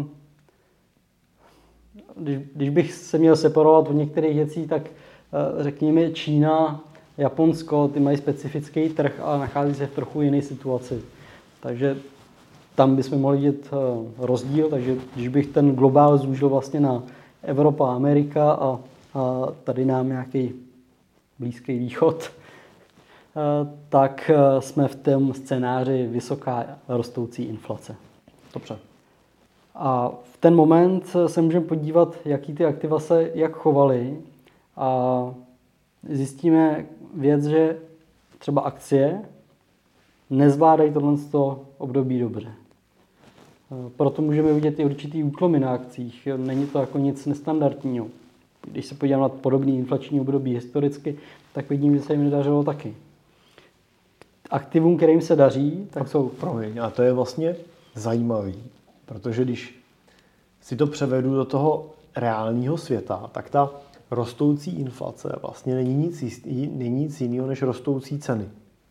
když, když bych se měl separovat od některých věcí, tak řekněme Čína, Japonsko, ty mají specifický trh a nachází se v trochu jiné situaci. Takže tam bychom mohli vidět rozdíl, takže když bych ten globál zúžil vlastně na Evropa, Amerika a, a tady nám nějaký Blízký východ, tak jsme v tom scénáři vysoká rostoucí inflace. Dobře. A v ten moment se můžeme podívat, jaký ty aktiva se jak chovaly a zjistíme věc, že třeba akcie nezvládají tohle období dobře. Proto můžeme vidět i určitý úklomy na akcích. Není to jako nic nestandardního. Když se podívám na podobný inflační období historicky, tak vidím, že se jim nedařilo taky. Aktivům, kterým se daří, tak a jsou... Promiň, a to je vlastně zajímavý, protože když si to převedu do toho reálného světa, tak ta rostoucí inflace vlastně není nic, jistý, není nic jiného než rostoucí ceny.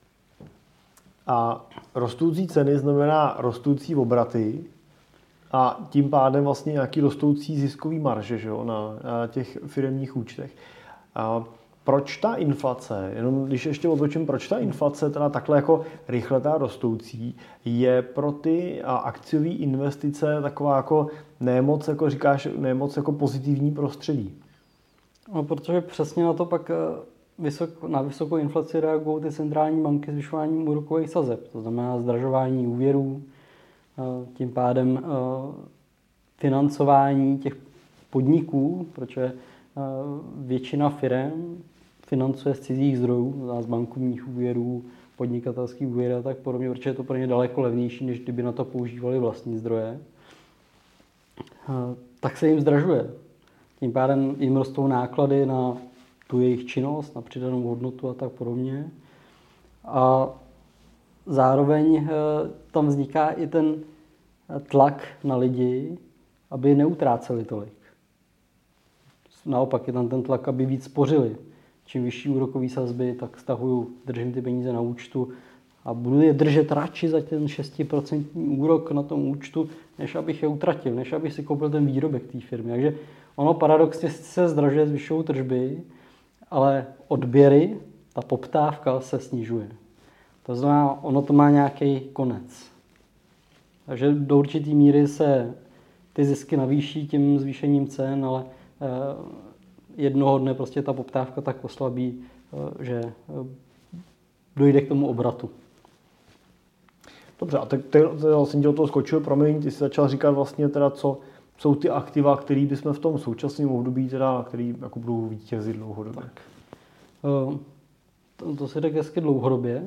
A rostoucí ceny znamená rostoucí obraty a tím pádem vlastně nějaký rostoucí ziskový marže, že jo, na, na těch firemních účtech. A proč ta inflace, jenom když ještě otočím, proč ta inflace teda takhle jako rychle ta rostoucí, je pro ty akciové investice taková jako nemoc, jako říkáš, nemoc jako pozitivní prostředí? No, protože přesně na to pak vysok, na vysokou inflaci reagují ty centrální banky zvyšováním úrokových sazeb. To znamená zdražování úvěrů, tím pádem financování těch podniků, protože většina firem financuje z cizích zdrojů, z bankovních úvěrů, podnikatelských úvěrů a tak podobně, protože je to pro ně daleko levnější, než kdyby na to používali vlastní zdroje. Tak se jim zdražuje. Tím pádem jim rostou náklady na tu jejich činnost, na přidanou hodnotu a tak podobně. A zároveň tam vzniká i ten tlak na lidi, aby neutráceli tolik. Naopak je tam ten tlak, aby víc spořili. Čím vyšší úrokový sazby, tak stahuju, držím ty peníze na účtu a budu je držet radši za ten šestiprocentní úrok na tom účtu, než abych je utratil, než abych si koupil ten výrobek té firmy. Takže ono paradoxně se zdražuje, zvyšují tržby, ale odběry, ta poptávka se snižuje. To znamená, ono to má nějaký konec. Takže do určitý míry se ty zisky navýší tím zvýšením cen, ale jednoho dne prostě ta poptávka tak oslabí, že dojde k tomu obratu. Dobře, a teď ty, ty vlastně do toho skočil, promiň, ty jsi začal říkat vlastně teda, co jsou ty aktiva, které bychom v tom současném období teda, který jako budou vítězit dlouhodobě. Tak. To, to se řekl hezky dlouhodobě,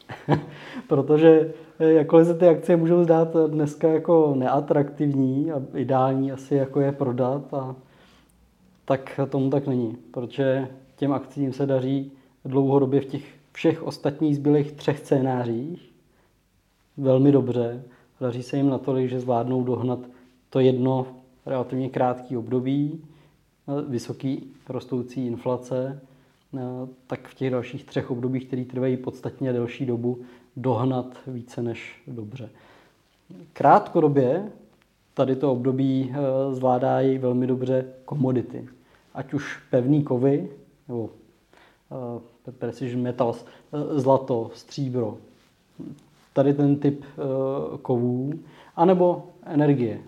protože jakkoliv se ty akcie můžou zdát dneska jako neatraktivní a ideální asi jako je prodat, a tak tomu tak není, protože těm akcím se daří dlouhodobě v těch všech ostatních zbylých třech scénářích velmi dobře. Daří se jim natolik, že zvládnou dohnat to jedno relativně krátké období, vysoký rostoucí inflace, tak v těch dalších třech obdobích, které trvají podstatně delší dobu, dohnat více než dobře. Krátkodobě tady to období zvládají velmi dobře komodity. Ať už pevný kovy, nebo uh, precision metals, uh, zlato, stříbro, tady ten typ uh, kovů, anebo energie.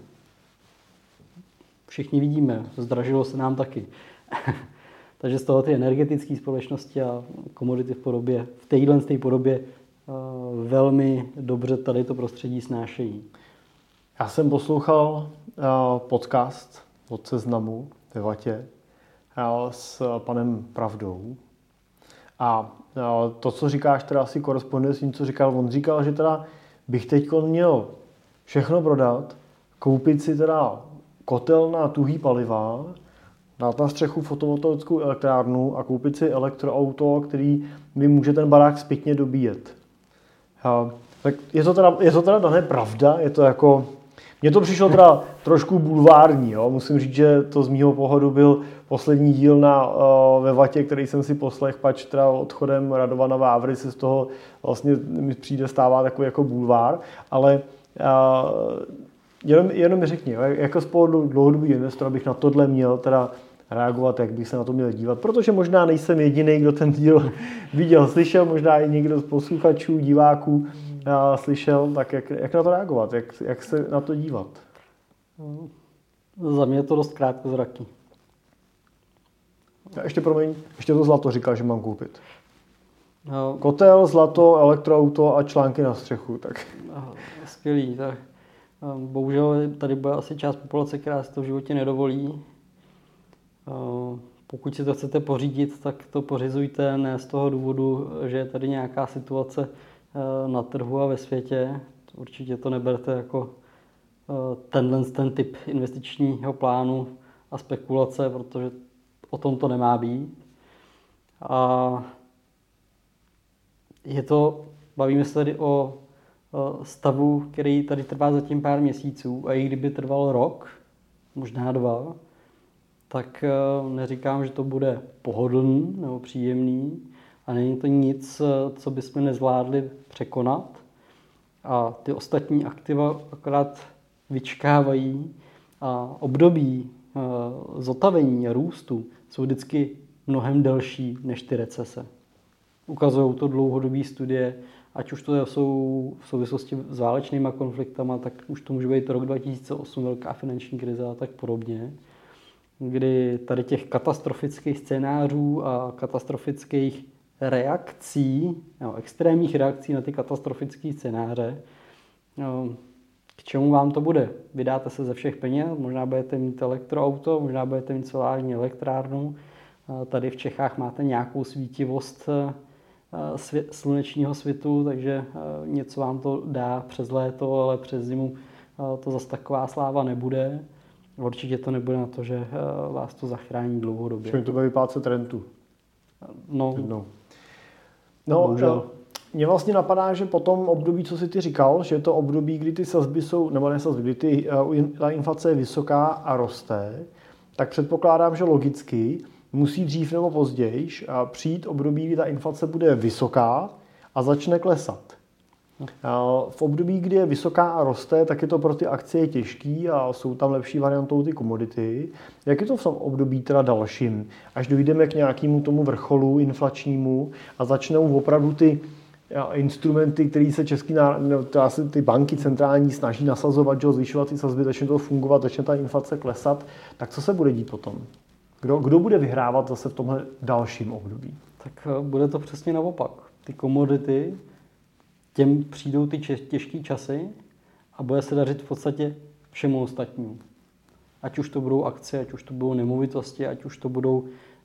Všichni vidíme, zdražilo se nám taky. Takže z toho ty energetické společnosti a komodity v podobě, v téhle té podobě uh, velmi dobře tady to prostředí snášejí. Já jsem poslouchal uh, podcast od Seznamu ve Vatě uh, s panem Pravdou. A uh, to, co říkáš, teda asi koresponduje s tím, co říkal. On říkal, že teda bych teď měl všechno prodat, koupit si teda kotel na tuhý paliva, dát na střechu fotovoltaickou elektrárnu a koupit si elektroauto, který mi může ten barák zpětně dobíjet. Uh, tak je to teda, je to teda dané pravda? Je to jako... Mně to přišlo teda trošku bulvární, jo? Musím říct, že to z mýho pohledu byl poslední díl na, uh, ve Vatě, který jsem si poslech, pač teda odchodem Radovana Vávry se z toho vlastně mi přijde stává takový jako bulvár, ale uh, jenom, jenom mi řekni, jo? Jako z pohledu dlouhodobý investor bych na tohle měl teda reagovat, jak bych se na to měl dívat, protože možná nejsem jediný, kdo ten díl viděl, slyšel, možná i někdo z posluchačů, diváků a slyšel, tak jak, jak na to reagovat, jak, jak se na to dívat? Za mě je to dost krátkozraký. A ještě promiň, ještě to zlato říkal, že mám koupit. No. Kotel, zlato, elektroauto a články na střechu. Tak. Skvělý. Tak. Bohužel tady bude asi část populace, která si to v životě nedovolí. Pokud si to chcete pořídit, tak to pořizujte ne z toho důvodu, že je tady nějaká situace na trhu a ve světě. Určitě to neberte jako tenhle ten typ investičního plánu a spekulace, protože o tom to nemá být. A je to, bavíme se tady o stavu, který tady trvá zatím pár měsíců a i kdyby trval rok, možná dva, tak neříkám, že to bude pohodlný nebo příjemný a není to nic, co bychom nezvládli překonat. A ty ostatní aktiva akorát vyčkávají a období zotavení a růstu jsou vždycky mnohem delší než ty recese. Ukazují to dlouhodobé studie, ať už to jsou v souvislosti s válečnýma konfliktama, tak už to může být rok dva tisíce osm, velká finanční krize a tak podobně, kdy tady těch katastrofických scénářů a katastrofických reakcí, no, extrémních reakcí na ty katastrofické scénáře, no, k čemu vám to bude? Vydáte se ze všech peněz, možná budete mít elektroauto, možná budete mít solární elektrárnu. Tady v Čechách máte nějakou svítivost svět, slunečního svitu, takže něco vám to dá přes léto, ale přes zimu to zase taková sláva nebude. Určitě to nebude na to, že vás to zachrání dlouhodobě. Čili to bude vyplácet rentu. No, no. no Mně vlastně napadá, že po tom období, co jsi ty říkal, že je to období, kdy ty sazby jsou, nebo ne sazby, kdy ty, ta inflace je vysoká a roste, tak předpokládám, že logicky musí dřív nebo později přijít období, kdy ta inflace bude vysoká a začne klesat. V období, kdy je vysoká a roste, tak je to pro ty akcie těžký a jsou tam lepší variantou ty komodity. Jak je to v tom období teda dalším? Až dojdeme k nějakému tomu vrcholu inflačnímu a začnou opravdu ty instrumenty, které se český ty banky centrální snaží nasazovat, že zvyšovat ty sazby, začne to fungovat, začne ta inflace klesat, tak co se bude dít potom? Kdo, kdo bude vyhrávat zase v tomhle dalším období? Tak bude to přesně naopak. Ty komodity, těm přijdou ty těžké časy a bude se dařit v podstatě všemu ostatnímu. Ať už to budou akcie, ať už to budou nemovitosti, ať už to budou uh,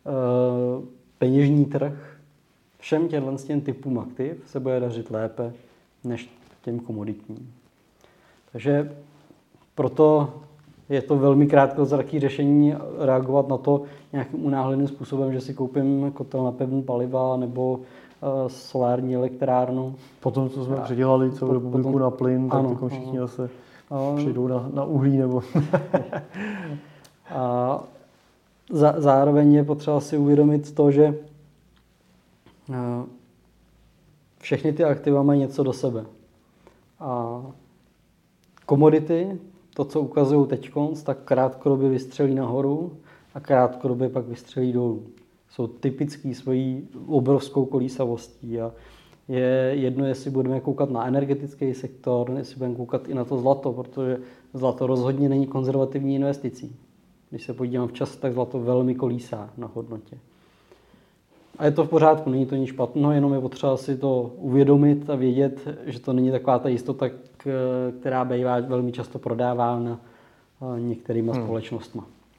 peněžní trh. Všem těmhle těm typům aktiv se bude dařit lépe než těm komoditním. Takže proto je to velmi krátkozraký řešení reagovat na to nějakým unáhleným způsobem, že si koupím kotel na pevný paliva nebo uh, solární elektrárnu. Potom, co jsme a, předělali celou po, republiku potom, na plyn, tak ano, všichni ano. zase ano. přijdou na, na uhlí. Nebo... a za, zároveň je potřeba si uvědomit to, že uh, všechny ty aktiva mají něco do sebe. A komodity, to, co ukazují teďkonc, tak krátkodobě vystřelí nahoru a krátkodobě pak vystřelí dolů. Jsou typický svojí obrovskou kolísavostí a je jedno, jestli budeme koukat na energetický sektor, jestli budeme koukat i na to zlato, protože zlato rozhodně není konzervativní investicí. Když se podívám v čas, tak zlato velmi kolísá na hodnotě. A je to v pořádku, není to nic špatného, jenom je potřeba si to uvědomit a vědět, že to není taková ta jistota, která bývá velmi často prodávána některýma hmm. společnostmi.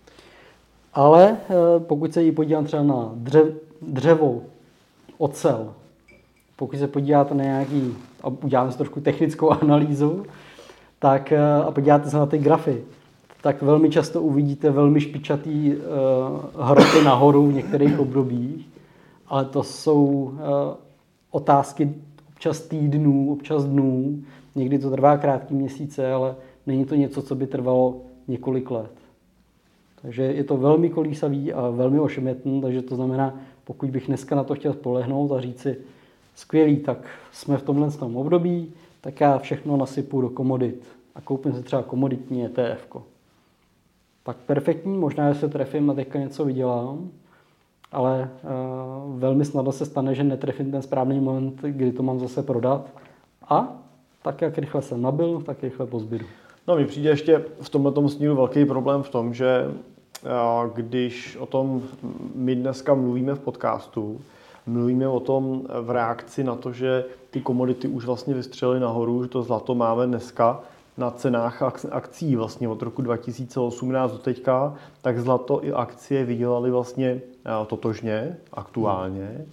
Ale pokud se jí podívám třeba na dřev, dřevo, ocel, pokud se podíváte na nějaký, a uděláme si trošku technickou analýzu, tak a podíváte se na ty grafy, tak velmi často uvidíte velmi špičatý uh, hroty nahoru v některých obdobích, ale to jsou uh, otázky občas týdnů, občas dnů, někdy to trvá krátký měsíce, ale není to něco, co by trvalo několik let. Takže je to velmi kolísavý a velmi ošemetný, takže to znamená, pokud bych dneska na to chtěl spolehnout a říct si, skvělý, tak jsme v tomhle tom období, tak já všechno nasypu do komodit a koupím si třeba komoditní E T F ko. Tak perfektní, možná, že se trefím a teďka něco vydělám, ale uh, velmi snadno se stane, že netrefím ten správný moment, kdy to mám zase prodat a tak, jak rychle jsem nabil, tak rychle pozbydu. No, mi přijde ještě v tomto směru velký problém v tom, že uh, když o tom my dneska mluvíme v podcastu, mluvíme o tom v reakci na to, že ty komodity už vlastně vystřelily nahoru, že to zlato máme dneska na cenách akcí vlastně od roku dva tisíce osmnáct do teďka, tak zlato i akcie vydělaly vlastně totožně, aktuálně.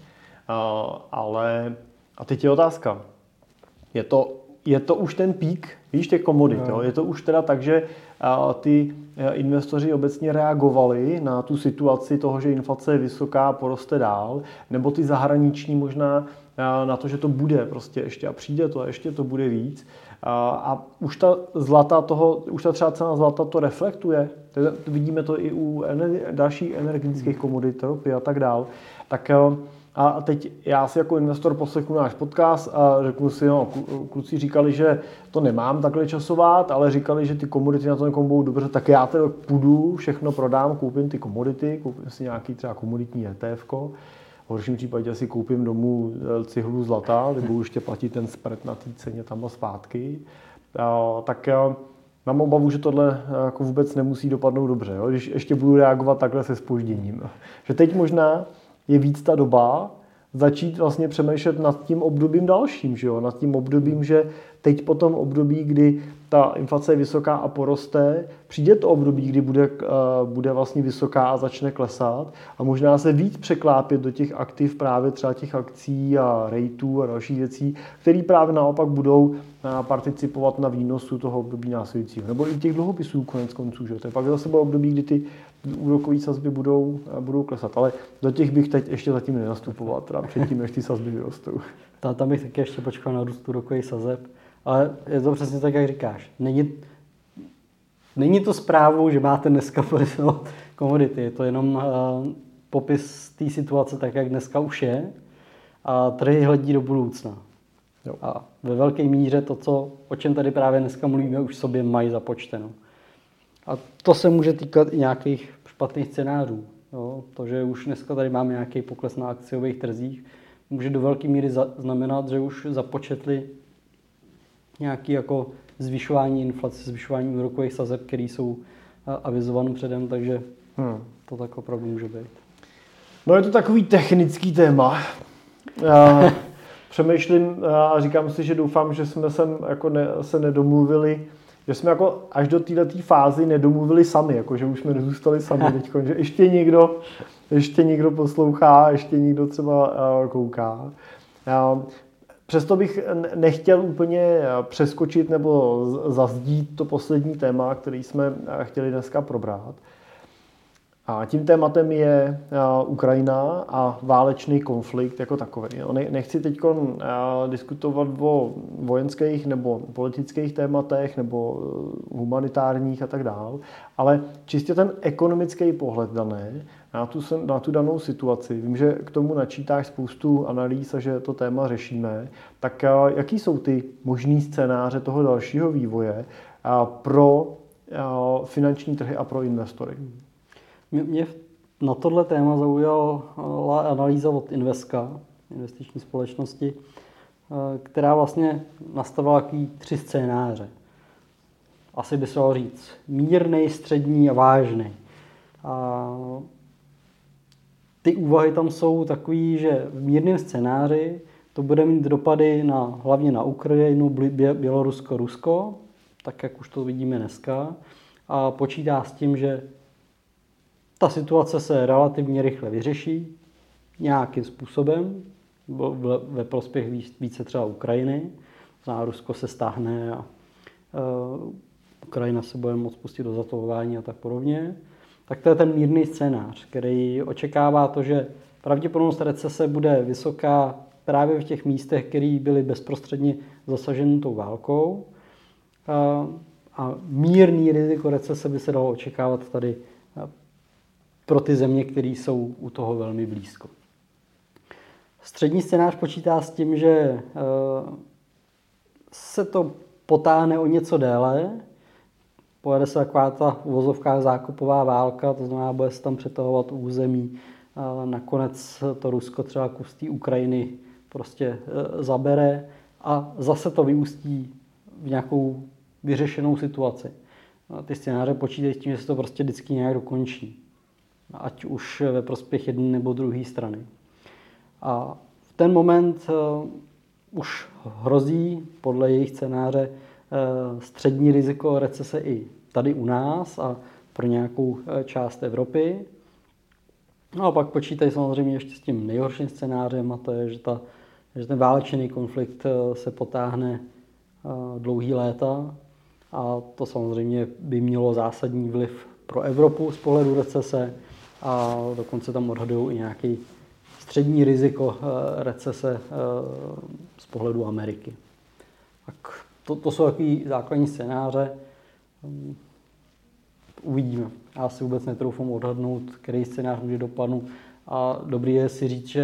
Ale a teď je otázka. Je to, je to už ten pík, víš, těch komodit, jo? Je to už teda tak, že ty investoři obecně reagovali na tu situaci toho, že inflace je vysoká, poroste dál, nebo ty zahraniční možná na to, že to bude prostě ještě a přijde to a ještě to bude víc. A, a už ta zlata toho, už ta třeba cena zlata to reflektuje. Vidíme to i u ener- dalších energetických komodit, ropy a tak dál. Tak a teď já si jako investor poslechnu náš podcast a řeknu si, no, kluci říkali, že to nemám takhle časovat, ale říkali, že ty komodity na to někomu budou dobře, tak já teda půjdu, všechno prodám, koupím ty komodity, koupím si nějaký třeba komoditní E T F ko. V horším případě si koupím domů cihlu zlata, nebo ještě platit ten spread na té ceně tam a zpátky. Tak mám obavu, že tohle jako vůbec nemusí dopadnout dobře, jo? Když ještě budu reagovat takhle se zpožděním. Že teď možná je víc ta doba začít vlastně přemýšlet nad tím obdobím dalším, že jo? Nad tím obdobím, že teď po tom období, kdy ta inflace je vysoká a poroste, přijde to období, kdy bude, uh, bude vlastně vysoká a začne klesat a možná se víc překlápět do těch aktiv právě třeba těch akcí a rateů a dalších věcí, které právě naopak budou uh, participovat na výnosu toho období následujícího. Nebo i těch dluhopisů konec konců, že? To je pak zase bude období, kdy ty úrokové sazby budou, uh, budou klesat. Ale do těch bych teď ještě zatím nenastupoval, teda předtím, než ty sazby vyrostou. Tam bych taky ještě počkal na růst úrokových sazeb. Ale je to přesně tak, jak říkáš. Není, není to zprávou, že máte dneska pořizovat komodity. Je to jenom uh, popis té situace tak, jak dneska už je. A trhy hledí do budoucna. Jo. A ve velké míře to, co, o čem tady právě dneska mluvíme, už sobě mají započteno. A to se může týkat i nějakých špatných scénářů. Jo? To, že už dneska tady máme nějaký pokles na akciových trzích, může do velké míry za, znamenat, že už započetli nějaké jako zvyšování inflace, zvyšování úrokových sazeb, které jsou avizované předem, takže hmm. to tak opravdu může být. No je to takový technický téma. Já přemýšlím a říkám si, že doufám, že jsme sem jako ne, se nedomluvili, že jsme jako až do této fázy nedomluvili sami, jako že už jsme nezůstali sami teď, že ještě někdo, ještě někdo poslouchá, ještě někdo třeba kouká. Přesto bych nechtěl úplně přeskočit nebo zazdít to poslední téma, který jsme chtěli dneska probrat. A tím tématem je Ukrajina a válečný konflikt jako takový. Nechci teď diskutovat o vojenských nebo politických tématech nebo humanitárních a tak dále, ale čistě ten ekonomický pohled daný na tu, na tu danou situaci. Vím, že k tomu načítáš spoustu analýz a že to téma řešíme. Tak jaký jsou ty možný scénáře toho dalšího vývoje pro finanční trhy a pro investory? Mě na tohle téma zaujala analýza od Inveska, investiční společnosti, která vlastně nastavila takový tři scénáře. Asi by se dalo říct mírnej, střední a vážný. A ty úvahy tam jsou takový, že v mírném scénáři to bude mít dopady na, hlavně na Ukrajinu, Bělorusko, Rusko, tak jak už to vidíme dneska. A počítá s tím, že ta situace se relativně rychle vyřeší nějakým způsobem ve prospěch více třeba Ukrajiny. Znamená, Rusko se stáhne a uh, Ukrajina se bude moct pustit do zatovování a tak podobně. Tak to je ten mírný scénář, který očekává to, že pravděpodobnost recese bude vysoká právě v těch místech, které byly bezprostředně zasaženy tou válkou. Uh, a mírný riziko recese by se dalo očekávat tady pro ty země, které jsou u toho velmi blízko. Střední scénář počítá s tím, že se to potáhne o něco déle, povede se taková ta v uvozovkách zákupová válka, to znamená, bude se tam přetahovat území, nakonec to Rusko třeba kus té Ukrajiny prostě zabere a zase to vyústí v nějakou vyřešenou situaci. Ty scénáře počítají s tím, že se to prostě vždycky nějak dokončí. Ať už ve prospěch jedné nebo druhé strany. A v ten moment uh, už hrozí podle jejich scénáře uh, střední riziko recese i tady u nás a pro nějakou uh, část Evropy. No a pak počítají samozřejmě ještě s tím nejhorším scénářem, a to je, že, ta, že ten válečný konflikt uh, se potáhne uh, dlouhý léta a to samozřejmě by mělo zásadní vliv pro Evropu z pohledu recese. A dokonce tam odhadují i nějaký střední riziko recese z pohledu Ameriky. Tak to, to jsou takový základní scénáře. Uvidíme. Já si vůbec netroufám odhadnout, který scénář může dopadnout. A dobrý je si říct, že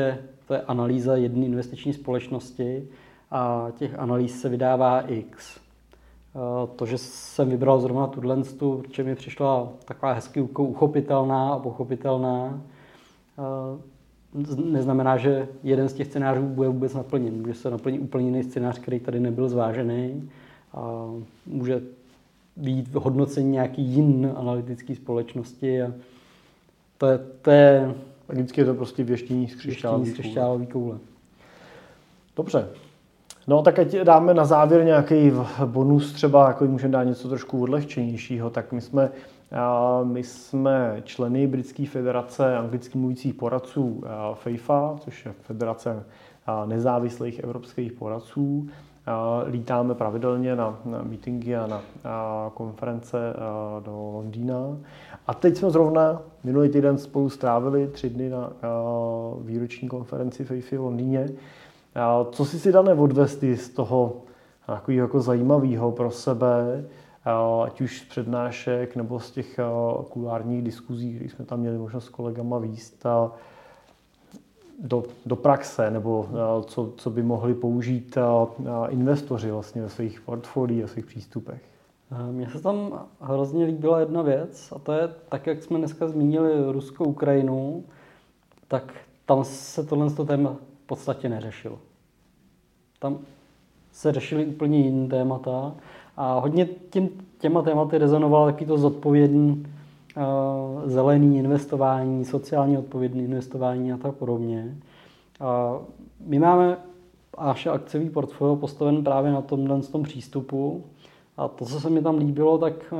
to je analýza jedné investiční společnosti a těch analýz se vydává X. To, že jsem vybral zrovna tuhle, protože mi přišla taková hezky uchopitelná a pochopitelná, neznamená, že jeden z těch scénářů bude vůbec naplněn. Může se naplnit úplně jiný scénář, který tady nebyl zvážený. A může být hodnocení nějaký jiný analytický společnosti. A to je, to je a vždycky je to prostě věštění z křišťálové koule. Dobře. No tak ať dáme na závěr nějaký bonus, třeba jako můžeme dát něco trošku odlehčenějšího, tak my jsme, my jsme členy Britské federace anglicky mluvících poradců FIFA, což je federace nezávislých evropských poradců. Lítáme pravidelně na, na meetingy a na a konference a do Londýna. A teď jsme zrovna minulý týden spolu strávili tři dny na a, výroční konferenci FIFA v Londýně. A co jsi si Dané odvesti z toho takového jako zajímavého pro sebe, a, ať už z přednášek nebo z těch a, kulárních diskuzí, které jsme tam měli možnost s kolegama vést, a, Do, do praxe, nebo a, co, co by mohli použít a, a investoři vlastně ve svých portfoliích a svých přístupech? Mně se tam hrozně líbila jedna věc, a to je tak, jak jsme dneska zmínili Rusko, Ukrajinu, tak tam se tohle téma v podstatě neřešilo. Tam se řešily úplně jiné témata a hodně tím, těma tématy rezonovalo taky to zodpovědný zelený investování, sociálně odpovědné investování a tak podobně. My máme naše akciový portfolio postaven právě na tomhle tom přístupu a to, co se mi tam líbilo, tak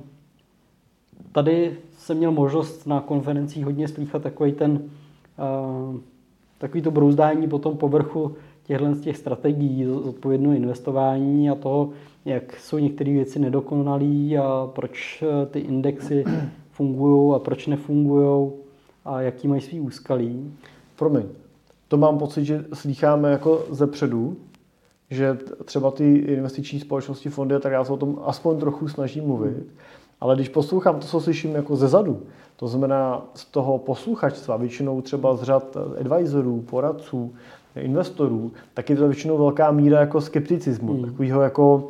tady jsem měl možnost na konferencích hodně slýchat takový ten takový to brouzdání po tom povrchu těchto z těch strategií zodpovědného investování a toho, jak jsou některé věci nedokonalé a proč ty indexy fungují a proč nefungují a jaký mají svý úskalí. Promiň, to mám pocit, že slýcháme jako zepředu, že třeba ty investiční společnosti, fondy, tak já se o tom aspoň trochu snažím mluvit, ale když poslouchám to, co slyším jako zezadu, to znamená z toho posluchačstva, většinou třeba z řad advisorů, poradců, investorů, tak je to většinou velká míra jako skepticismu, hmm. takovýho jako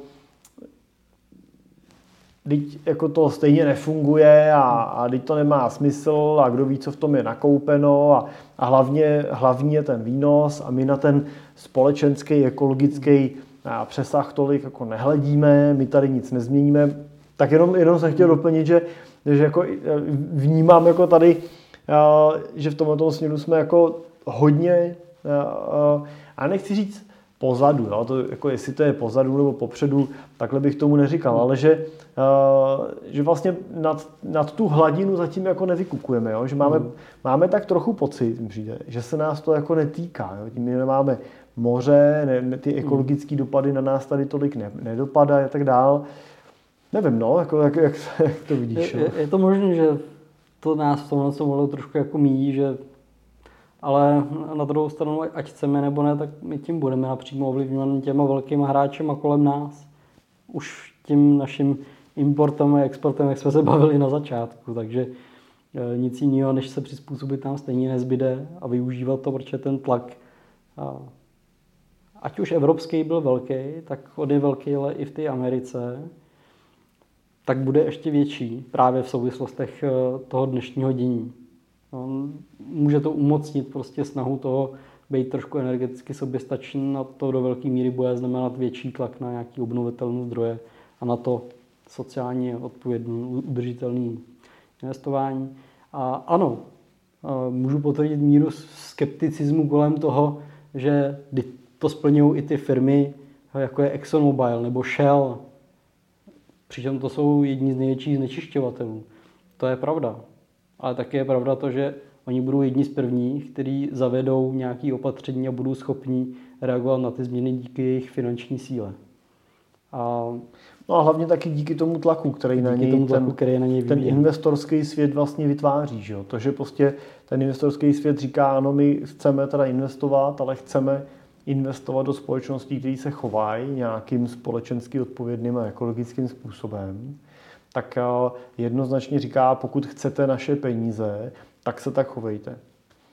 teď jako to stejně nefunguje a, a teď to nemá smysl a kdo ví, co v tom je nakoupeno a, a hlavně, hlavně je ten výnos a my na ten společenský, ekologický přesah tolik jako nehledíme, my tady nic nezměníme. Tak jenom, jenom jsem chtěl doplnit, že, že jako vnímám jako tady, že v tomto směru jsme jako hodně, a nechci říct pozadu, jo? To, jako jestli to je pozadu nebo popředu, takhle bych tomu neříkal, ale že, uh, že vlastně nad, nad tu hladinu zatím jako nevykukujeme, jo? Že máme, mm. máme tak trochu pocit, přijde, že se nás to jako netýká, jo? Tím my nemáme moře, ne, ne, ty ekologické mm. dopady na nás tady tolik ne, nedopadají a tak dál. Nevím, no, jako, jak, jak, jak to vidíš? Je, je, je to možné, že to nás v tomhle co mohlo trošku jako míjí, že ale na druhou stranu, ať chceme nebo ne, tak my tím budeme napřímo ovlivňovat těma velkýma hráčema kolem nás. Už tím naším importem a exportem, jak jsme se bavili na začátku. Takže nic jiného, než se přizpůsobit nám stejně nezbyde a využívat to, protože ten tlak, ať už evropský byl velký, tak on je velký, ale i v té Americe, tak bude ještě větší právě v souvislostech toho dnešního dění. Může to umocnit prostě snahu toho být trošku energeticky soběstačný a to do velké míry bude znamenat větší tlak na nějaký obnovitelné zdroje a na to sociálně odpovědné, udržitelné investování. A ano, můžu potvrdit míru skepticismu kolem toho, že to splňují i ty firmy, jako je ExxonMobil nebo Shell. Přičem to jsou jedni z největších znečišťovatelů. To je pravda. Ale také je pravda to, že oni budou jedni z prvních, kteří zavedou nějaké opatření a budou schopni reagovat na ty změny díky jejich finanční síle. A no a hlavně taky díky tomu tlaku, který na něj, tomu tlaku, ten, který na něj ten investorský svět vlastně vytváří. Že jo? To, že prostě ten investorský svět říká, ano, my chceme teda investovat, ale chceme investovat do společností, které se chovají nějakým společensky odpovědným a ekologickým způsobem, tak jednoznačně říká, pokud chcete naše peníze, tak se tak chovejte.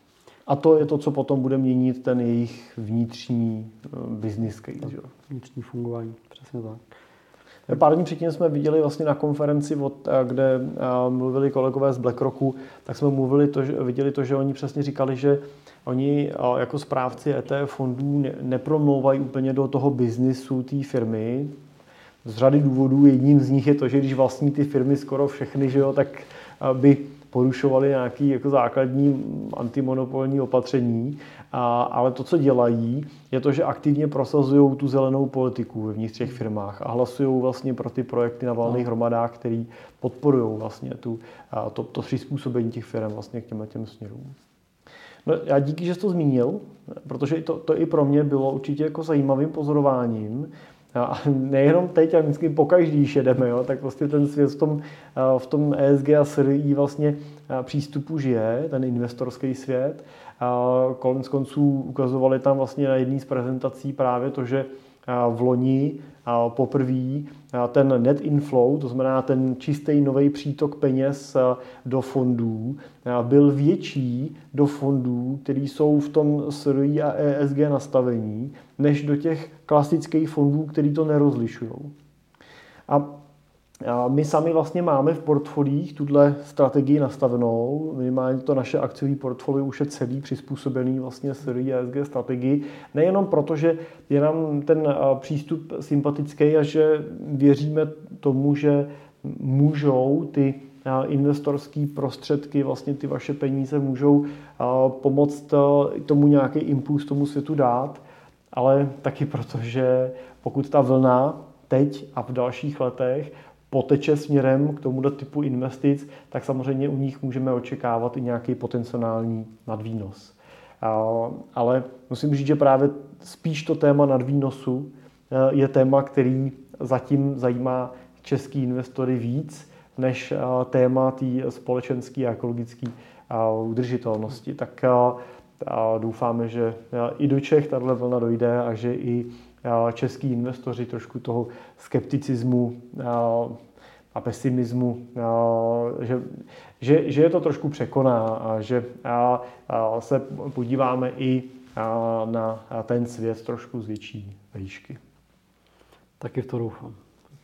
A to je to, co potom bude měnit ten jejich vnitřní business case. Že? Vnitřní fungování, přesně tak. Pár dní předtím jsme viděli vlastně na konferenci, od, kde mluvili kolegové z BlackRocku, tak jsme mluvili to, že, viděli to, že oni přesně říkali, že oni jako správci E T F fondů ne, nepromlouvají úplně do toho biznisu té firmy. Z řady důvodů, jedním z nich je to, že když vlastní ty firmy skoro všechny, že jo, tak by porušovali nějaké jako základní antimonopolní opatření, a, ale to, co dělají, je to, že aktivně prosazují tu zelenou politiku vevnitř těch firmách a hlasují vlastně pro ty projekty na valných hromadách, které podporují vlastně tu, to, to přizpůsobení těch firm vlastně k těm, těm směrům. No, já díky, že jsi to zmínil, protože to, to i pro mě bylo určitě jako zajímavým pozorováním. A nejenom teď, ale vždycky pokaždý, když jedeme, jo, tak vlastně ten svět v tom, v tom E S G a S R I vlastně přístupu žije, ten investorský svět. Konec konců ukazovali tam vlastně na jedné z prezentací právě to, že v loni poprvé ten net inflow, to znamená ten čistý nový přítok peněz do fondů, byl větší do fondů, které jsou v tom S R I a E S G nastavení, než do těch klasických fondů, který to nerozlišují. A my sami vlastně máme v portfoliích tuhle strategii nastavenou. Minimálně to naše akciové portfolio už je celý přizpůsobený vlastně S R I a E S G strategii. Nejenom proto, že je nám ten přístup sympatický a že věříme tomu, že můžou ty investorské prostředky, vlastně ty vaše peníze můžou pomoct tomu nějaký impuls tomu světu dát, ale taky proto, že pokud ta vlna teď a v dalších letech poteče směrem k tomuto typu investic, tak samozřejmě u nich můžeme očekávat i nějaký potenciální nadvýnos. Ale musím říct, že právě spíš to téma nadvýnosu je téma, který zatím zajímá český investory víc, než téma té společenské a ekologické udržitelnosti. Tak doufáme, že i do Čech tato vlna dojde a že i český investoři trošku toho skepticismu a pesimismu, že, že, že je to trošku překoná a že se podíváme i na ten svět trošku z větší výšky. Taky v to doufám.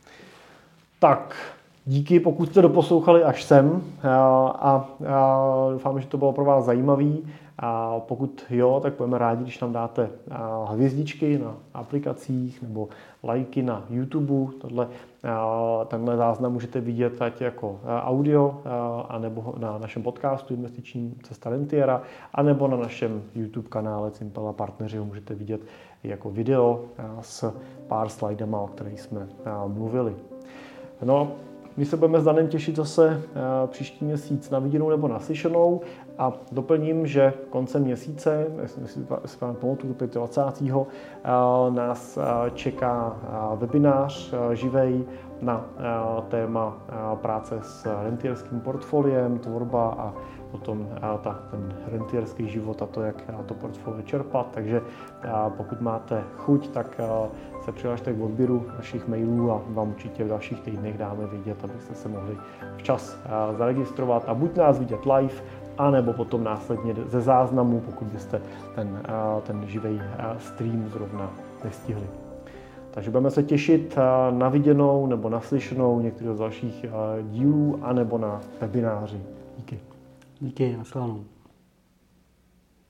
Tak, díky, pokud jste doposlouchali až sem a, a doufám, že to bylo pro vás zajímavý. A pokud jo, tak budeme rádi, když nám dáte hvězdičky na aplikacích nebo lajky na YouTube. Tohle, tenhle záznam můžete vidět ať jako audio, anebo na našem podcastu Investiční cesta rentiera, anebo na našem YouTube kanále Cimpel a partneři ho můžete vidět jako video s pár slajdama, o kterých jsme mluvili. No, my se budeme s Danem těšit zase příští měsíc na viděnou nebo naslyšenou a doplním, že koncem měsíce, jestli si vám pamatuju, dvacátého pátého nás čeká webinář živej na téma práce s rentierským portfoliem, tvorba a potom ta, ten rentierský život a to, jak to portfolio čerpat. Takže pokud máte chuť, tak se přihlašte k odběru našich mailů a vám určitě v dalších týdnech dáme vědět, abyste se mohli včas zaregistrovat a buď nás vidět live, anebo potom následně ze záznamu, pokud byste ten, ten živý stream zrovna nestihli. Takže budeme se těšit na viděnou nebo naslyšenou některých z dalších dílů, anebo na webináři. Díky. Díky, nashledanou.